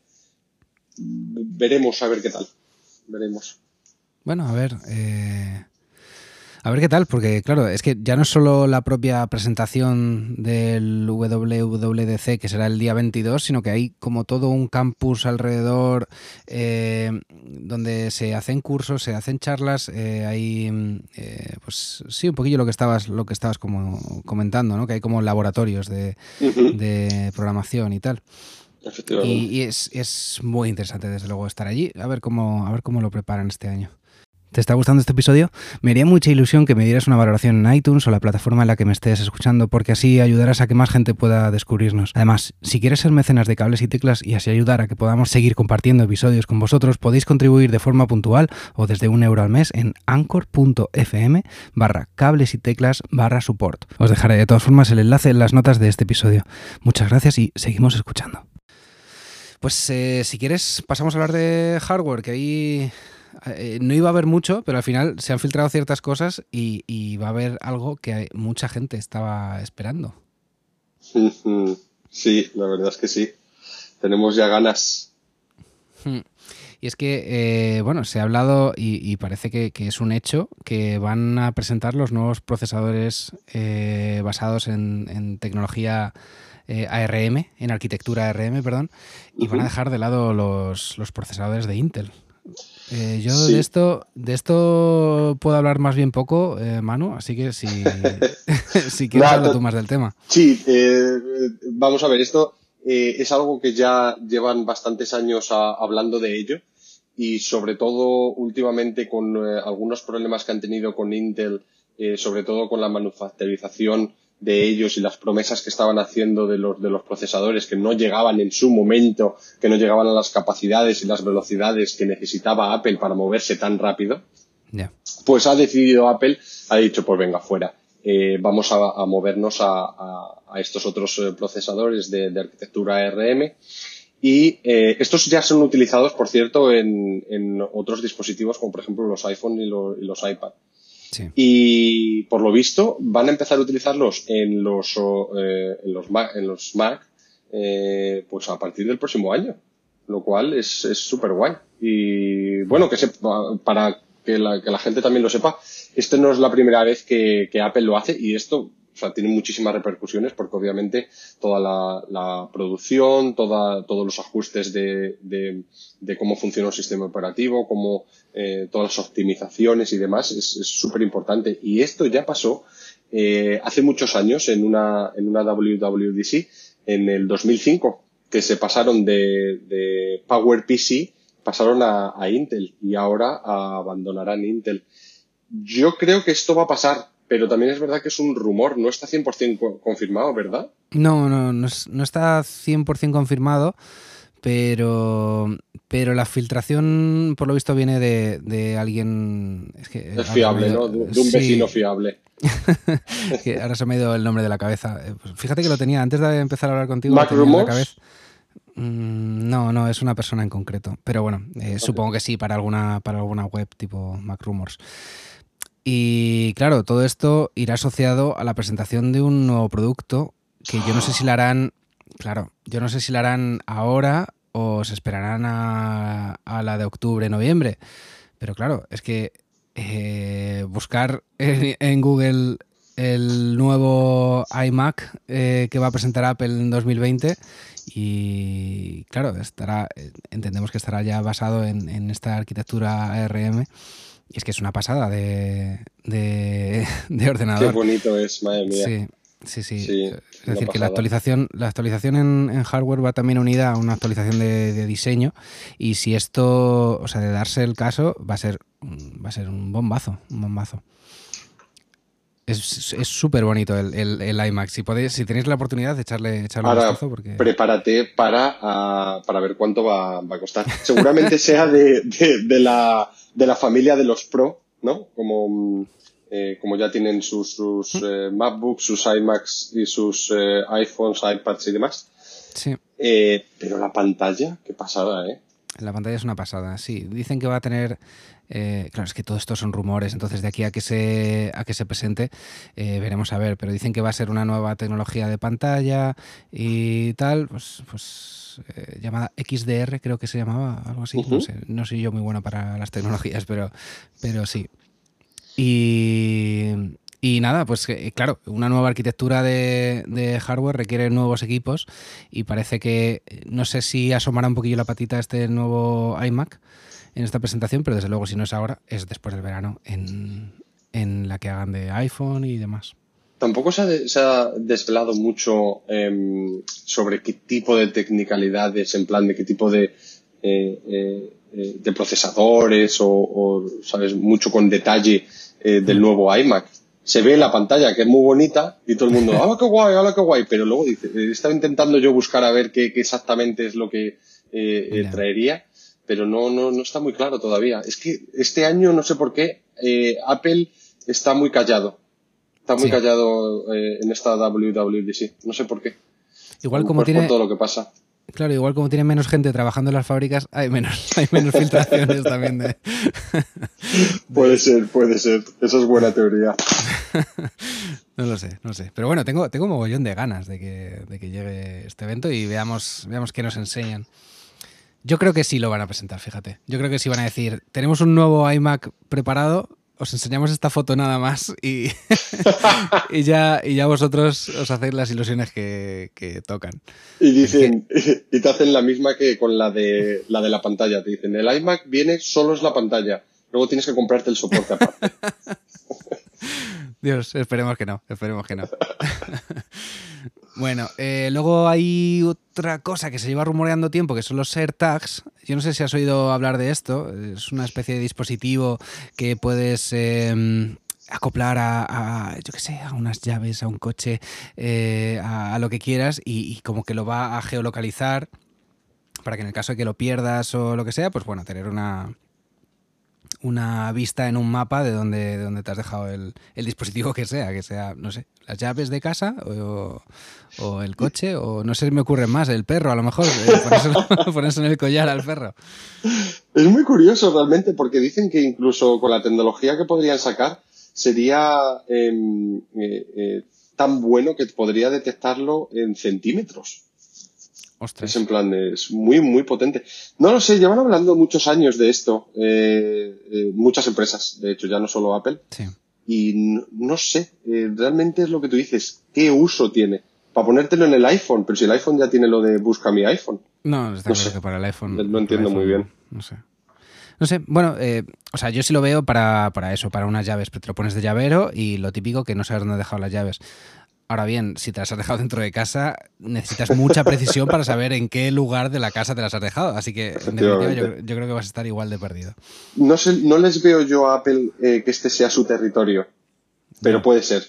Veremos a ver qué tal. Veremos. Bueno, a ver. eh, A ver qué tal, porque claro, es que ya no es solo la propia presentación del W W D C, que será el día veintidós, sino que hay como todo un campus alrededor eh, donde se hacen cursos, se hacen charlas, eh, hay, eh, pues sí, un poquillo lo que estabas, lo que estabas como comentando, ¿no? Que hay como laboratorios de, Uh-huh. de programación y tal. Efectivamente. Y, y es, es muy interesante, desde luego, estar allí, a ver cómo, a ver cómo lo preparan este año. ¿Te está gustando este episodio? Me haría mucha ilusión que me dieras una valoración en iTunes o la plataforma en la que me estés escuchando, porque así ayudarás a que más gente pueda descubrirnos. Además, si quieres ser mecenas de Cables y Teclas y así ayudar a que podamos seguir compartiendo episodios con vosotros, podéis contribuir de forma puntual o desde un euro al mes en anchor.fm barra cables y teclas barra support. Os dejaré de todas formas el enlace en las notas de este episodio. Muchas gracias y seguimos escuchando. Pues eh, si quieres pasamos a hablar de hardware, que ahí... Eh, no iba a haber mucho, pero al final se han filtrado ciertas cosas y, y va a haber algo que mucha gente estaba esperando. Sí, la verdad es que sí. Tenemos ya ganas. Y es que, eh, bueno, se ha hablado y, y parece que, que es un hecho que van a presentar los nuevos procesadores eh, basados en, en tecnología eh, A R M, en arquitectura A R M, perdón, y uh-huh. van a dejar de lado los, los procesadores de Intel. Eh, yo sí. de esto de esto puedo hablar más bien poco, eh, Manu, así que si, si quieres nah, hablar tú más del tema. Sí, eh, vamos a ver, esto eh, es algo que ya llevan bastantes años a, hablando de ello y sobre todo últimamente con eh, algunos problemas que han tenido con Intel, eh, sobre todo con la manufacturización de ellos y las promesas que estaban haciendo de los, de los procesadores que no llegaban en su momento, que no llegaban a las capacidades y las velocidades que necesitaba Apple para moverse tan rápido, yeah. pues ha decidido Apple, ha dicho, pues venga, fuera, eh, vamos a, a movernos a, a, a estos otros eh, procesadores de, de arquitectura A R M y eh, estos ya son utilizados, por cierto, en, en otros dispositivos como por ejemplo los iPhone y, lo, y los iPad. Sí. Y por lo visto van a empezar a utilizarlos en los eh, en los Mac, en los Mac eh, pues a partir del próximo año, lo cual es es súper guay. Y bueno, que sepa, para que la, que la gente también lo sepa, esto no es la primera vez que, que Apple lo hace y esto, o sea, tiene muchísimas repercusiones porque obviamente toda la, la producción, toda, todos los ajustes de, de, de cómo funciona un sistema operativo, cómo eh, todas las optimizaciones y demás es súper importante. Y esto ya pasó eh, hace muchos años en una, en una W W D C en el dos mil cinco, que se pasaron de, de PowerPC, pasaron a, a Intel y ahora abandonarán Intel. Yo creo que esto va a pasar, pero también es verdad que es un rumor, no está cien por ciento confirmado, ¿verdad? No, no, no, es, no está cien por ciento confirmado, pero, pero la filtración, por lo visto, viene de, de alguien... Es, que es fiable, ido, ¿no? De, de un sí. vecino fiable. Que ahora se me ha ido el nombre de la cabeza. Pues fíjate que lo tenía, antes de empezar a hablar contigo, ¿Mac lo tenía en la Rumors? cabeza. No, no, es una persona en concreto. Pero bueno, eh, okay. supongo que sí, para alguna, para alguna web tipo Mac Rumors. Y claro, todo esto irá asociado a la presentación de un nuevo producto que yo no sé si la harán, claro, yo no sé si la harán ahora o se esperarán a, a la de octubre, noviembre. Pero claro, es que eh, buscar en, en Google el nuevo iMac eh, que va a presentar Apple en dos mil veinte y claro, estará, entendemos que estará ya basado en, en esta arquitectura A R M. Y es que es una pasada de, de, de ordenador. Qué bonito es, madre mía. Sí, sí, sí. sí es decir, que la actualización, la actualización en, en hardware va también unida a una actualización de, de diseño. Y si esto, o sea, de darse el caso, va a ser, va a ser un bombazo, un bombazo. Es súper bonito el, el, el iMac. Si podéis, si tenéis la oportunidad de echarle, echarle Ahora, un vistazo, porque... prepárate para, uh, para ver cuánto va, va a costar. Seguramente sea de, de, de la de la familia de los Pro, ¿no? Como, eh, como ya tienen sus, sus eh, MacBooks, sus iMacs y sus eh, iPhones, iPads y demás. Sí. Eh, pero la pantalla, qué pasada, ¿eh? La pantalla es una pasada, sí. Dicen que va a tener... Eh, claro, es que todo esto son rumores, entonces de aquí a que se, a que se presente eh, veremos a ver, pero dicen que va a ser una nueva tecnología de pantalla y tal, pues... pues Eh, llamada X D R, creo que se llamaba, algo así. Uh-huh. No sé, no soy yo muy bueno para las tecnologías, pero, pero sí. Y, y nada, pues eh, claro, una nueva arquitectura de, de hardware requiere nuevos equipos y parece que, no sé si asomará un poquillo la patita este nuevo iMac en esta presentación, pero desde luego si no es ahora, es después del verano en, en la que hagan de iPhone y demás. Tampoco se ha, de- se ha desvelado mucho em, sobre qué tipo de tecnicalidades, en plan de qué tipo de, eh, eh, eh, de procesadores o, o, sabes, mucho con detalle eh, del Hmm. nuevo iMac. Se ve en la pantalla que es muy bonita y todo el mundo, ¡hala qué guay, hala qué guay! Pero luego dice, eh, estaba intentando yo buscar a ver qué, qué exactamente es lo que eh, eh, Ya. traería, pero no, no, no está muy claro todavía. Es que este año, no sé por qué, eh, Apple está muy callado. Está muy Sí. callado eh, en esta W W D C. No sé por qué. A Igual lo como mejor es por tiene, todo lo que pasa. claro, igual como tiene menos gente trabajando en las fábricas, hay menos, hay menos filtraciones también de, de Puede esto. ser, puede ser. Esa es buena teoría. No lo sé, no sé. Pero bueno, tengo, tengo un mogollón de ganas de que, de que llegue este evento y veamos, veamos qué nos enseñan. Yo creo que sí lo van a presentar, fíjate. Yo creo que sí van a decir, tenemos un nuevo iMac preparado, os enseñamos esta foto nada más y, y, ya, y ya vosotros os hacéis las ilusiones que, que tocan. Y Porque es que, dicen, y te hacen la misma que con la de la de la pantalla. Te dicen, el iMac viene solo es la pantalla. Luego tienes que comprarte el soporte aparte. Dios, esperemos que no, esperemos que no. Bueno, eh, luego hay otra cosa que se lleva rumoreando tiempo, que son los AirTags. Yo no sé si has oído hablar de esto. Es una especie de dispositivo que puedes eh, acoplar a, a, yo qué sé, a unas llaves, a un coche, eh, a, a lo que quieras y, y como que lo va a geolocalizar para que en el caso de que lo pierdas o lo que sea, pues bueno, tener una, una vista en un mapa de donde, de donde te has dejado el, el dispositivo que sea, que sea, no sé, las llaves de casa o, o el coche, o no sé si me ocurre más, el perro, a lo mejor, eh, ponerse, ponerse en el collar al perro. Es muy curioso realmente porque dicen que incluso con la tecnología que podrían sacar sería eh, eh, eh, tan bueno que podría detectarlo en centímetros. Es en Ostras. plan, es muy, muy potente. No lo sé, llevan hablando muchos años de esto, eh, eh, muchas empresas, de hecho, ya no solo Apple, Sí. y no, no sé, eh, realmente es lo que tú dices, ¿qué uso tiene? Para ponértelo en el iPhone, pero si el iPhone ya tiene lo de busca mi iPhone. No, está No claro sé, que para el no, iPhone, no para el entiendo muy bien. iPhone, no sé. No sé, bueno, eh, o sea, yo sí lo veo para, para eso, para unas llaves, pero te lo pones de llavero y lo típico que no sabes dónde has dejado las llaves. Ahora bien, si te las has dejado dentro de casa, necesitas mucha precisión para saber en qué lugar de la casa te las has dejado. Así que, en definitiva, yo, Efectivamente. yo creo que vas a estar igual de perdido. No sé, no les veo yo a Apple eh, que este sea su territorio, pero Ya. puede ser.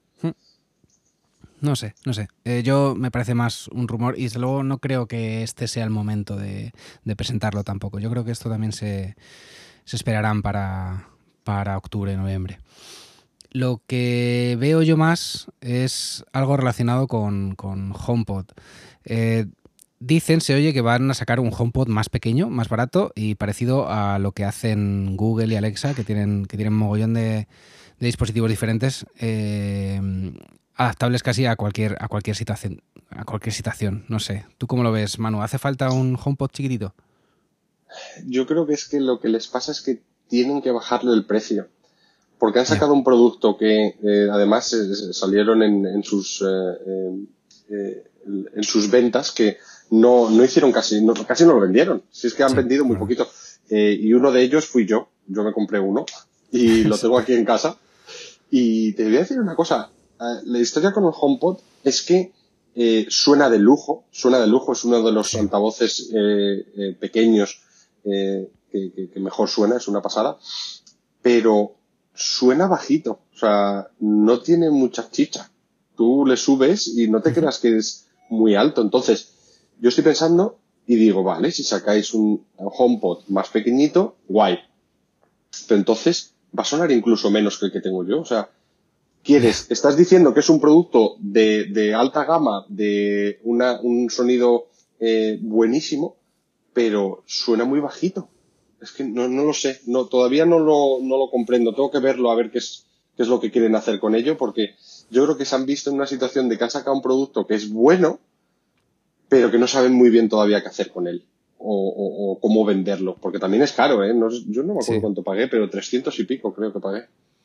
No sé, no sé. Eh, yo me parece más un rumor y desde luego no creo que este sea el momento de, de presentarlo tampoco. Yo creo que esto también se, se esperarán para, para octubre, noviembre. Lo que veo yo más es algo relacionado con, con HomePod. Eh, dicen, se oye que van a sacar un HomePod más pequeño, más barato y parecido a lo que hacen Google y Alexa, que tienen, que tienen mogollón de, de dispositivos diferentes, eh, adaptables casi a cualquier, a cualquier situación, a cualquier situación. No sé. ¿Tú cómo lo ves, Manu? ¿Hace falta un HomePod chiquitito? Yo creo que es que lo que les pasa es que tienen que bajarle el precio. Porque han Ya. sacado un producto que eh, además eh, salieron en, en sus eh, eh, en sus ventas que no, no hicieron casi, no, casi no lo vendieron. Si es que han Sí, vendido es muy verdad. poquito. Eh, y uno de ellos fui yo. Yo me compré uno y lo tengo aquí en casa. Y te voy a decir una cosa. Eh, La historia con el HomePod es que eh, suena de lujo. Suena de lujo. Es uno de los Sí. altavoces eh, eh, pequeños eh, que, que, que mejor suena. Es una pasada. Pero suena bajito, o sea, no tiene mucha chicha. Tú le subes y no te Ujú. creas que es muy alto. Entonces, yo estoy pensando y digo, vale, si sacáis un HomePod más pequeñito, guay. Pero entonces va a sonar incluso menos que el que tengo yo. O sea, quieres, estás diciendo que es un producto de, de alta gama, de una, un sonido eh, buenísimo, pero suena muy bajito. Es que no, no lo sé, no, todavía no lo, no lo comprendo. Tengo que verlo a ver qué es, qué es lo que quieren hacer con ello, porque yo creo que se han visto en una situación de que han sacado un producto que es bueno, pero que no saben muy bien todavía qué hacer con él o, o, o cómo venderlo, porque también es caro, ¿eh? No, yo no me acuerdo Sí. cuánto pagué, pero trescientos y pico creo que pagué.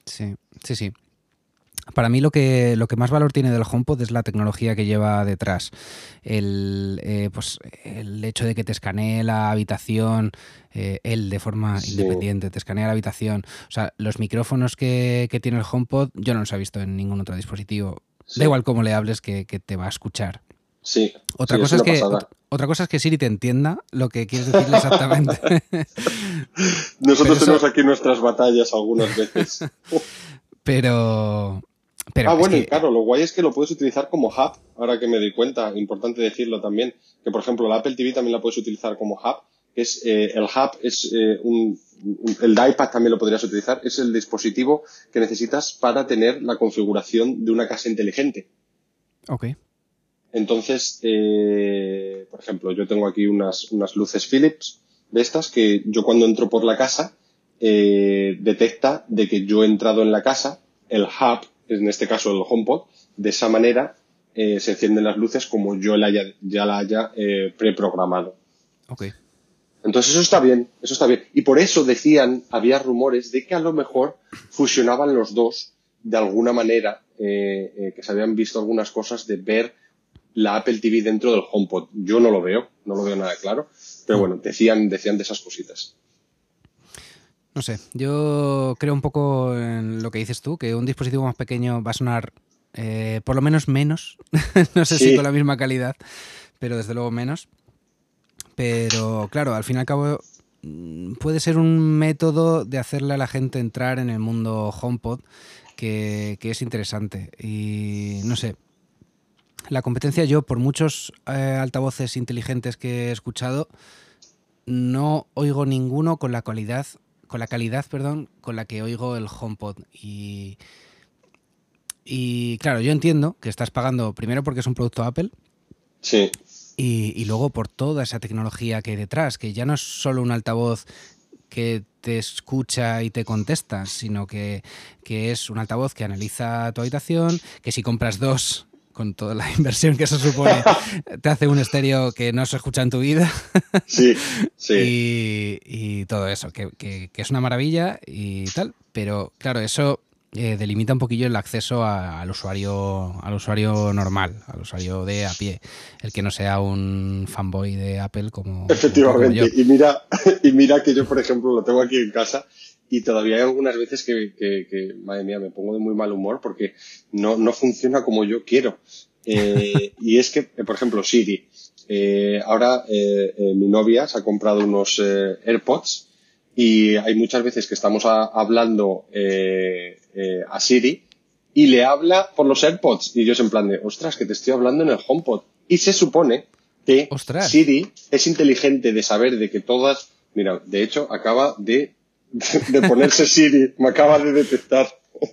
Sí, sí, sí. Para mí lo que, lo que más valor tiene del HomePod es la tecnología que lleva detrás. El, eh, pues, el hecho de que te escanee la habitación, eh, él de forma Sí, independiente, te escanea la habitación. O sea, los micrófonos que, que tiene el HomePod yo no los he visto en ningún otro dispositivo. Da sí, igual cómo le hables que, que te va a escuchar. sí, Otra sí, es cosa es una que ot- pasada. otra cosa es que Siri te entienda lo que quieres decirle exactamente. Pero Nosotros eso, tenemos aquí nuestras batallas algunas veces. pero, pero Ah, es bueno, y que, claro, lo guay es que lo puedes utilizar como hub, ahora que me doy cuenta, importante decirlo también, que por ejemplo la Apple T V también la puedes utilizar como hub, que es eh, el hub es eh, un, un- el iPad también lo podrías utilizar, es el dispositivo que necesitas para tener la configuración de una casa inteligente. ok, Entonces, eh, por ejemplo, yo tengo aquí unas, unas luces Philips de estas que yo cuando entro por la casa eh, detecta de que yo he entrado en la casa, el hub, en este caso el HomePod, de esa manera eh, se encienden las luces como yo la haya, ya la haya eh, preprogramado. ok. Entonces eso está bien, eso está bien. Y por eso decían, había rumores de que a lo mejor fusionaban los dos de alguna manera, eh, eh, que se habían visto algunas cosas de ver la Apple T V dentro del HomePod. Yo no lo veo, no lo veo nada claro, pero Hmm. bueno, decían, decían de esas cositas. No sé, yo creo un poco en lo que dices tú, que un dispositivo más pequeño va a sonar eh, por lo menos menos. No sé si con Sí, la misma calidad, pero desde luego menos. Pero claro, al fin y al cabo mm, puede ser un método de hacerle a la gente entrar en el mundo HomePod que, que es interesante. Y no sé, la competencia yo, por muchos eh, altavoces inteligentes que he escuchado, no oigo ninguno con la calidad, con la calidad, perdón, con la que oigo el HomePod. Y, y claro, yo entiendo que estás pagando primero porque es un producto Apple sí, y, y luego por toda esa tecnología que hay detrás, que ya no es solo un altavoz que te escucha y te contesta, sino que, que es un altavoz que analiza tu habitación, que si compras dos, con toda la inversión que eso supone, te hace un estéreo que no se escucha en tu vida. sí, sí. y, y todo eso, que, que- que es una maravilla y tal, pero claro, eso eh, delimita un poquillo el acceso a- al usuario, al usuario normal, al usuario de a pie, el que no sea un fanboy de Apple como, como tú, como yo. Efectivamente. Y mira, y mira que yo, por ejemplo, lo tengo aquí en casa y todavía hay algunas veces que, que, que, madre mía, me pongo de muy mal humor porque no, no funciona como yo quiero. Eh, y es que, eh, por ejemplo, Siri. Eh, ahora eh, eh, mi novia se ha comprado unos eh, AirPods y hay muchas veces que estamos a- hablando eh, eh, a Siri y le habla por los AirPods y yo es en plan de, ostras, que te estoy hablando en el HomePod. Y se supone que ¡Ostras! Siri es inteligente de saber de que todas, mira, de hecho acaba de, de ponerse Siri, me acaba de detectar.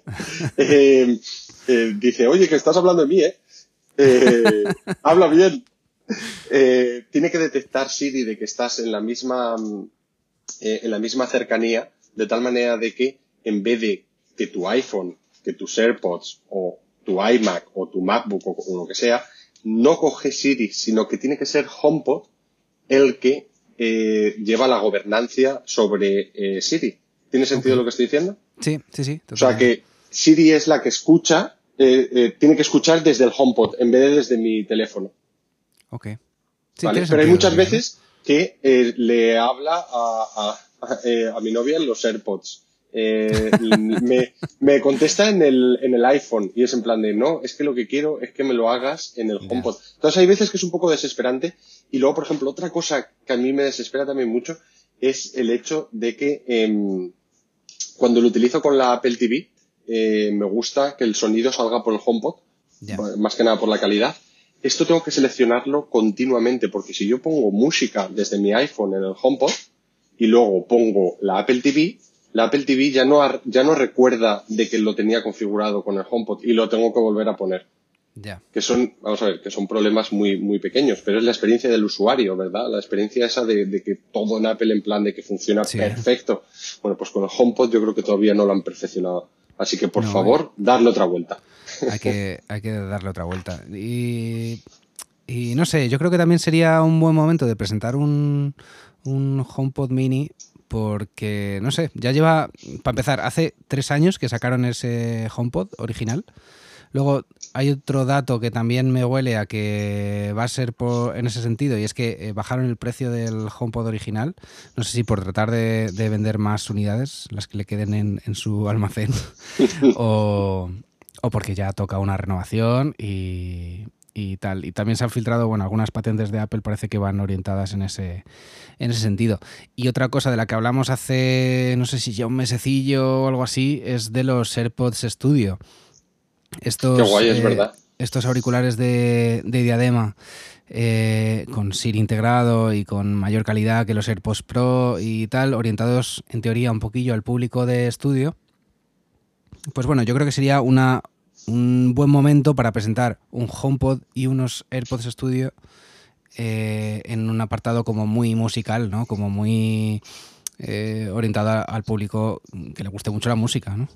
Eh, eh, dice, oye, que estás hablando de mí, ¿eh? Eh, habla bien. Eh, tiene que detectar Siri de que estás en la misma, eh, en la misma cercanía, de tal manera de que en vez de que tu iPhone, que tus AirPods o tu iMac o tu MacBook o, o lo que sea, no coge Siri, sino que tiene que ser HomePod el que eh, lleva la gobernancia sobre eh, Siri. ¿Tiene Ok. sentido lo que estoy diciendo? Sí, sí, sí, O sea totalmente. que Siri es la que escucha, eh, eh, tiene que escuchar desde el HomePod en vez de desde mi teléfono. Ok. Sí, ¿Vale? tiene Pero hay sentido muchas también, ¿eh? veces que eh, le habla a, a, a, eh, a mi novia en los AirPods. Eh, me, me contesta en el, en el iPhone y es en plan de, no, es que lo que quiero es que me lo hagas en el Ya. HomePod. Entonces hay veces que es un poco desesperante y luego, por ejemplo, otra cosa que a mí me desespera también mucho es el hecho de que eh, cuando lo utilizo con la Apple T V eh, me gusta que el sonido salga por el HomePod, Ya. más que nada por la calidad. Esto tengo que seleccionarlo continuamente porque si yo pongo música desde mi iPhone en el HomePod y luego pongo la Apple T V, la Apple T V ya no, ha- ya no recuerda de que lo tenía configurado con el HomePod y lo tengo que volver a poner. Ya. Que son, vamos a ver, que son problemas muy, muy pequeños, pero es la experiencia del usuario, ¿verdad? La experiencia esa de, de que todo en Apple en plan de que funciona Sí. perfecto. Bueno, pues con el HomePod yo creo que todavía no lo han perfeccionado. Así que, por No, hay, favor, darle otra vuelta. hay que, hay que darle otra vuelta. Y, y no sé, yo creo que también sería un buen momento de presentar un, un HomePod mini porque, no sé, ya lleva, para empezar, hace tres años que sacaron ese HomePod original. Luego hay otro dato que también me huele a que va a ser por, en ese sentido, y es que eh, bajaron el precio del HomePod original. No sé si por tratar de, de vender más unidades, las que le queden en, en su almacén, o, o porque ya toca una renovación y, y tal. Y también se han filtrado, bueno, algunas patentes de Apple parece que van orientadas en ese, en ese sentido. Y otra cosa de la que hablamos hace, no sé si ya un mesecillo o algo así, es de los AirPods Studio. Estos, Qué guay, es eh, verdad. estos auriculares de, de diadema eh, con Siri integrado y con mayor calidad que los AirPods Pro y tal, orientados en teoría un poquillo al público de estudio. Pues bueno, yo creo que sería una, un buen momento para presentar un HomePod y unos AirPods Studio eh, en un apartado como muy musical, ¿no? Como muy eh, orientado al público que le guste mucho la música, ¿no?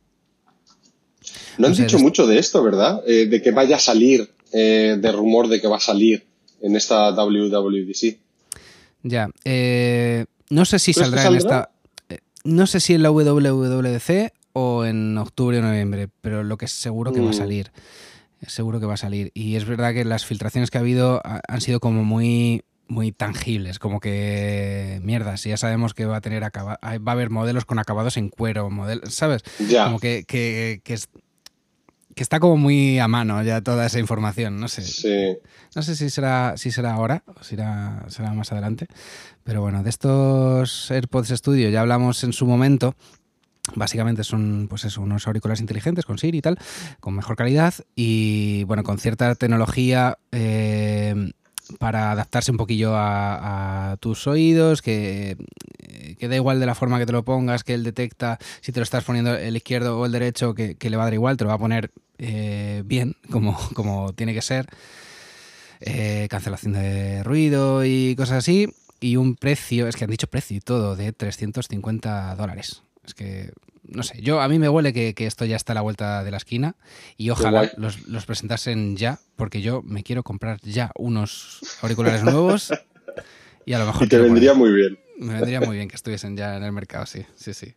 No han No sé, dicho des- mucho de esto, ¿verdad? Eh, de que vaya a salir, eh, de rumor de que va a salir en esta W W D C. ya. Eh, no sé si ¿Crees que saldrá en saldrá? esta. eh, No sé si en la W W D C o en octubre o noviembre, pero lo que es seguro que va a Mm, salir. Seguro que va a salir. Y es verdad que las filtraciones que ha habido ha- han sido como muy, muy tangibles, como que mierda, si ya sabemos que va a tener acaba- va a haber modelos con acabados en cuero, model- ¿sabes? ya, Como que, que, que, es- que está como muy a mano ya toda esa información, no sé. sí. No sé si será, si será ahora o si será, será más adelante. Pero bueno, de estos AirPods Studio ya hablamos en su momento. Básicamente son pues eso, unos auriculares inteligentes con Siri y tal, con mejor calidad y bueno, con cierta tecnología eh, para adaptarse un poquillo a, a tus oídos, que, que da igual de la forma que te lo pongas, que él detecta si te lo estás poniendo el izquierdo o el derecho, que, que le va a dar igual, te lo va a poner eh, bien, como, como tiene que ser. Eh, cancelación de ruido y cosas así. Y un precio, es que han dicho precio y todo, de trescientos cincuenta dólares. Es que, no sé, yo a mí me huele que, que esto ya está a la vuelta de la esquina y Qué guay. ojalá los, los presentasen ya, porque yo me quiero comprar ya unos auriculares nuevos y a lo mejor Y te tiro por vendría ahí. muy bien. Me vendría muy bien que estuviesen ya en el mercado, sí, sí, sí.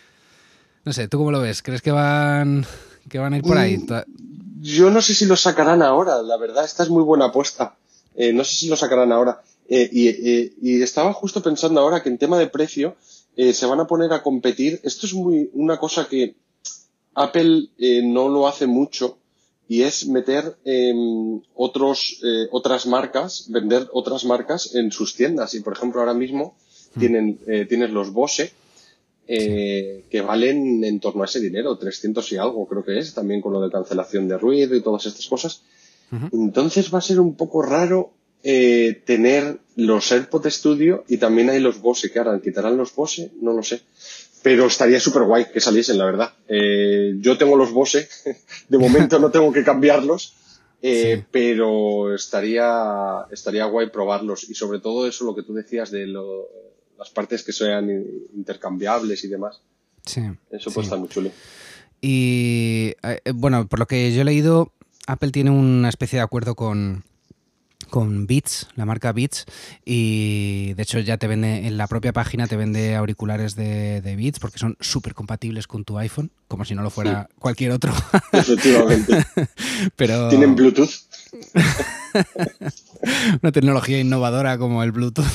No sé, ¿tú cómo lo ves? ¿Crees que van, que van a ir por ahí? Mm, yo no sé si lo sacarán ahora, la verdad, esta es muy buena apuesta. Eh, no sé si lo sacarán ahora. Eh, y, eh, y estaba justo pensando ahora que en tema de precio eh, se van a poner a competir. Esto es muy una cosa que Apple eh, no lo hace mucho y es meter eh, otros, eh, otras marcas, vender otras marcas en sus tiendas. Y por ejemplo, ahora mismo Mm, tienen, eh, tienes los Bose sí. eh, que valen en torno a ese dinero, trescientos y algo creo que es, también con lo de cancelación de ruido y todas estas cosas. Ujú. Entonces va a ser un poco raro eh, tener los AirPods Studio y también hay los Bose. ¿Qué harán? ¿Quitarán los Bose? No lo sé. Pero estaría súper guay que saliesen, la verdad. Eh, yo tengo los Bose, de momento no tengo que cambiarlos, eh, Sí, pero estaría, estaría guay probarlos. Y sobre todo eso, lo que tú decías de lo, las partes que sean intercambiables y demás. sí, Eso puede sí. estar muy chulo. Y eh, bueno, por lo que yo he leído, Apple tiene una especie de acuerdo con, con Beats, la marca Beats, y de hecho ya te vende, en la propia página te vende auriculares de, de Beats porque son súper compatibles con tu iPhone, como si no lo Hmm, fuera cualquier otro. efectivamente. ¿Tienen Pero Bluetooth? una tecnología innovadora como el Bluetooth.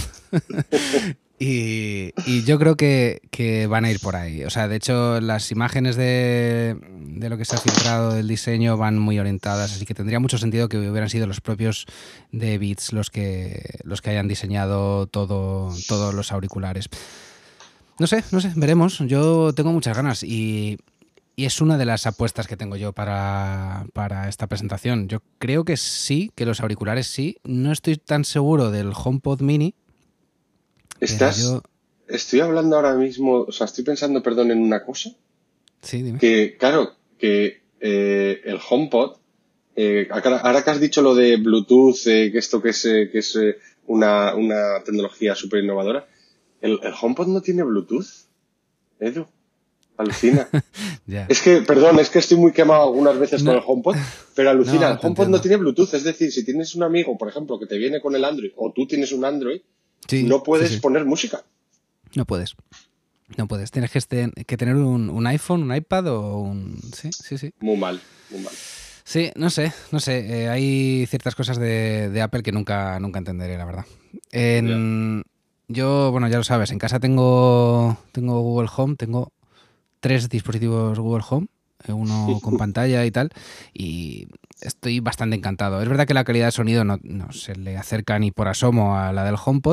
Y, y yo creo que, que van a ir por ahí. O sea, de hecho, las imágenes de, de lo que se ha filtrado del diseño van muy orientadas, así que tendría mucho sentido que hubieran sido los propios de Beats los que, los que hayan diseñado todo, todos los auriculares. No sé, no sé, veremos. Yo tengo muchas ganas y, y es una de las apuestas que tengo yo para, para esta presentación. Yo creo que sí, que los auriculares sí. No estoy tan seguro del HomePod Mini, pero yo... Estás, estoy hablando ahora mismo, o sea, estoy pensando, perdón, en una cosa, Sí, dime. que, claro, que eh, el HomePod, eh, ahora ahora que has dicho lo de Bluetooth, eh, que esto que es, eh, que es eh, una, una tecnología súper innovadora, ¿el, el HomePod no tiene Bluetooth, Edu? Alucina. Ya. Es que, perdón, es que estoy muy quemado algunas veces con No, el HomePod, pero alucina, el no, te HomePod no entiendo. tiene Bluetooth, es decir, si tienes un amigo, por ejemplo, que te viene con el Android, o tú tienes un Android, Sí, no sí, puedes sí. poner música. No puedes. No puedes. Tienes que, este, que tener un, un iPhone, un iPad o un... Sí, sí, sí. Muy mal, muy mal. Sí, no sé, no sé. Eh, hay ciertas cosas de, de Apple que nunca, nunca entenderé, la verdad. En, yo, bueno, ya lo sabes, en casa tengo, tengo Google Home, tengo tres dispositivos Google Home, eh, uno con pantalla y tal, y estoy bastante encantado. Es verdad que la calidad de sonido no, no se le acerca ni por asomo a la del HomePod,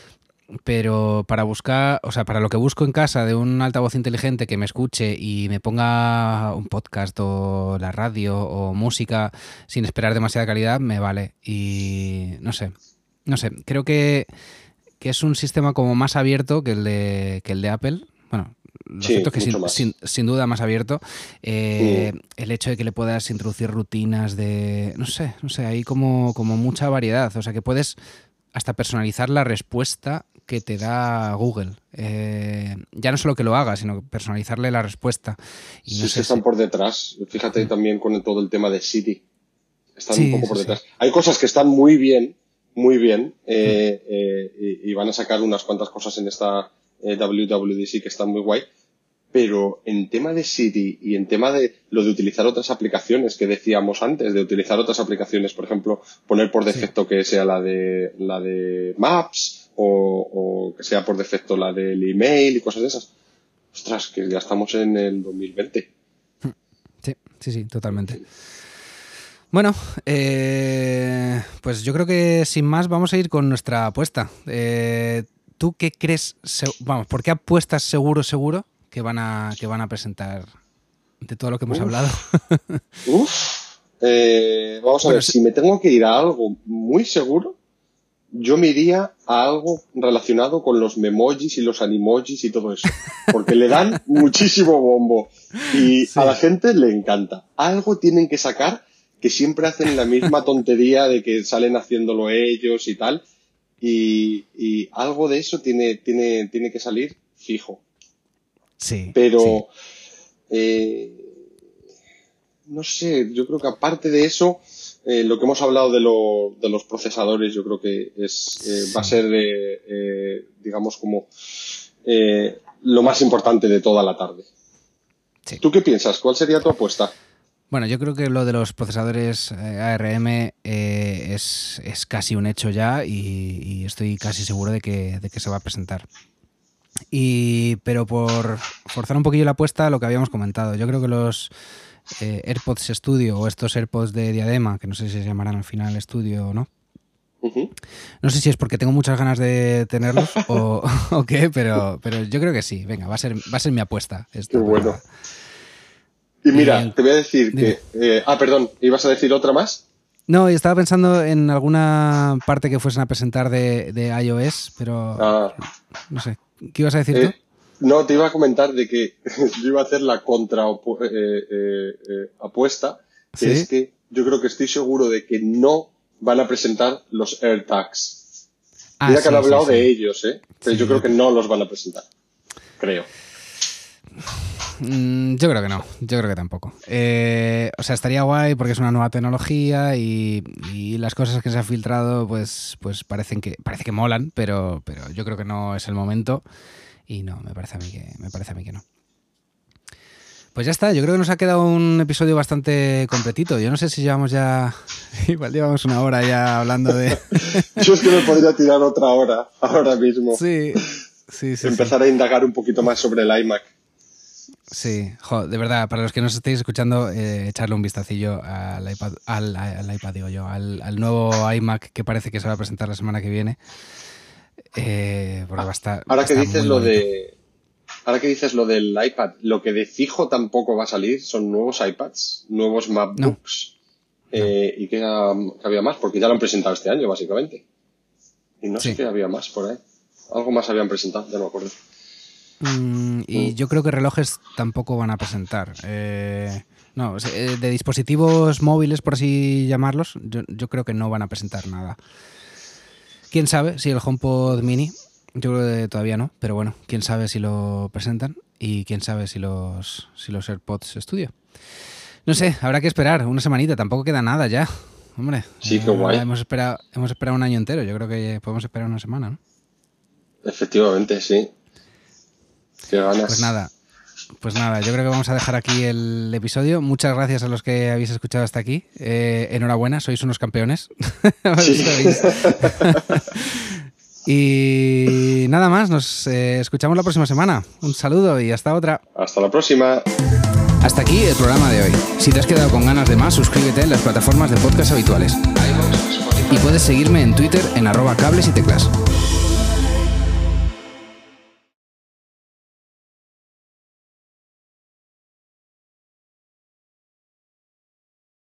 pero para buscar, o sea, para lo que busco en casa de un altavoz inteligente que me escuche y me ponga un podcast o la radio o música sin esperar demasiada calidad, me vale. Y no sé, no sé, creo que, que es un sistema como más abierto que el de, que el de Apple. Bueno, lo Sí, cierto es que mucho sin, más. sin, sin duda más abierto. Mm. Eh, el hecho de que le puedas introducir rutinas de, no sé, no sé, hay como, como mucha variedad. O sea, que puedes hasta personalizar la respuesta que te da Google. Eh, ya no solo que lo haga, sino personalizarle la respuesta. Y Sí, no es que sé están si... por detrás. Fíjate también con todo el tema de Siri. Están un Sí, poco sí, por sí. detrás. Hay cosas que están muy bien, muy bien, eh, eh, y, y van a sacar unas cuantas cosas en esta eh, W W D C que están muy guay, pero en tema de Siri y en tema de lo de utilizar otras aplicaciones que decíamos antes, de utilizar otras aplicaciones, por ejemplo, poner por Sí. defecto que sea la de la de Maps o, o que sea por defecto la del email y cosas de esas. Ostras, que ya estamos en el dos mil veinte. Sí, sí, sí, totalmente. Bueno, eh, pues yo creo que sin más vamos a ir con nuestra apuesta. Eh, ¿Tú qué crees? se- Vamos, ¿por qué apuestas seguro, seguro que van a que van a presentar de todo lo que hemos hablado? Uf, uf. Eh, vamos a Bueno, ver, sí, si me tengo que ir a algo muy seguro, yo me iría a algo relacionado con los memojis y los animojis y todo eso, porque le dan muchísimo bombo y a la sí, gente le encanta. Algo tienen que sacar que siempre hacen la misma tontería de que salen haciéndolo ellos y tal, y, y algo de eso tiene, tiene, tiene que salir fijo. sí, sí, Pero eh, no sé, yo creo que aparte de eso, eh, lo que hemos hablado de, lo, de los procesadores, yo creo que es eh, va a sí, ser, eh, eh, digamos, como eh, lo más importante de toda la tarde. sí. ¿Tú qué piensas? ¿Cuál sería tu apuesta? Bueno, yo creo que lo de los procesadores eh, A R M eh, es, es casi un hecho ya y, y estoy casi seguro de que, de que se va a presentar. Y, pero por forzar un poquillo la apuesta, lo que habíamos comentado, yo creo que los eh, AirPods Studio o estos AirPods de diadema, que no sé si se llamarán al final Studio o no, Ujú. no sé si es porque tengo muchas ganas de tenerlos o, o qué, pero, pero yo creo que sí. Venga, va a ser, va a ser mi apuesta Qué esto bueno. para... Y Y mira, en- te voy a decir Dime. que... eh, ah, perdón, ¿ibas a decir otra más? No, y estaba pensando en alguna parte que fuesen a presentar de, de iOS, pero Ah, no sé. ¿Qué ibas a decir tú? eh, no, te iba a comentar de que yo iba a hacer la contra eh, eh, eh, apuesta, que es Sí. que yo creo que estoy seguro de que no van a presentar los AirTags. Ah, Mira que han sí, sí, hablado de sí. ellos, ¿eh? Pero yo Sí, creo yo, que no los van a presentar. Creo. mm, yo creo que no. Yo creo que tampoco. Eh, o sea, estaría guay porque es una nueva tecnología y, y las cosas que se han filtrado, pues, pues parecen que parece que molan, pero, pero yo creo que no es el momento y no, me parece a mí que me parece a mí que no. Pues ya está, yo creo que nos ha quedado un episodio bastante completito. Yo no sé si llevamos ya. Igual llevamos una hora ya hablando de. Yo es que me podría tirar otra hora ahora mismo. Sí, sí, sí, sí. Empezar a indagar un poquito más sobre el iMac. Sí, jo, de verdad, para los que nos estéis escuchando, eh, echarle un vistacillo al iPad, al, al iPad digo yo, al, al nuevo iMac que parece que se va a presentar la semana que viene, eh, porque va a estar, Ahora que está dices muy lo bonito. de... Ahora que dices lo del iPad, lo que de fijo tampoco va a salir son nuevos iPads, nuevos No, MacBooks, no, eh, y que, que había más, porque ya lo han presentado este año, básicamente. Y no sé sí. qué había más por ahí. Algo más habían presentado, ya no me acuerdo. Mm, Mm. y yo creo que relojes tampoco van a presentar. Eh, no, o sea, eh, de dispositivos móviles, por así llamarlos, yo, yo creo que no van a presentar nada. ¿Quién sabe si el HomePod Mini? Yo creo que todavía no, pero bueno, quién sabe si lo presentan y quién sabe si los, si los AirPods Studio. No sé, habrá que esperar una semanita, tampoco queda nada ya. Hombre, Sí, qué eh, guay. hemos, esperado, hemos esperado un año entero, yo creo que podemos esperar una semana, ¿no? Efectivamente, sí. Qué ganas. Pues nada, pues nada, yo creo que vamos a dejar aquí el episodio. Muchas gracias a los que habéis escuchado hasta aquí. Eh, enhorabuena, sois unos campeones. Sí. Y nada más, nos eh, escuchamos la próxima semana. Un saludo y hasta otra. Hasta la próxima. Hasta aquí el programa de hoy. Si te has quedado con ganas de más, suscríbete en las plataformas de podcast habituales. Y puedes seguirme en Twitter en arroba cables y teclas.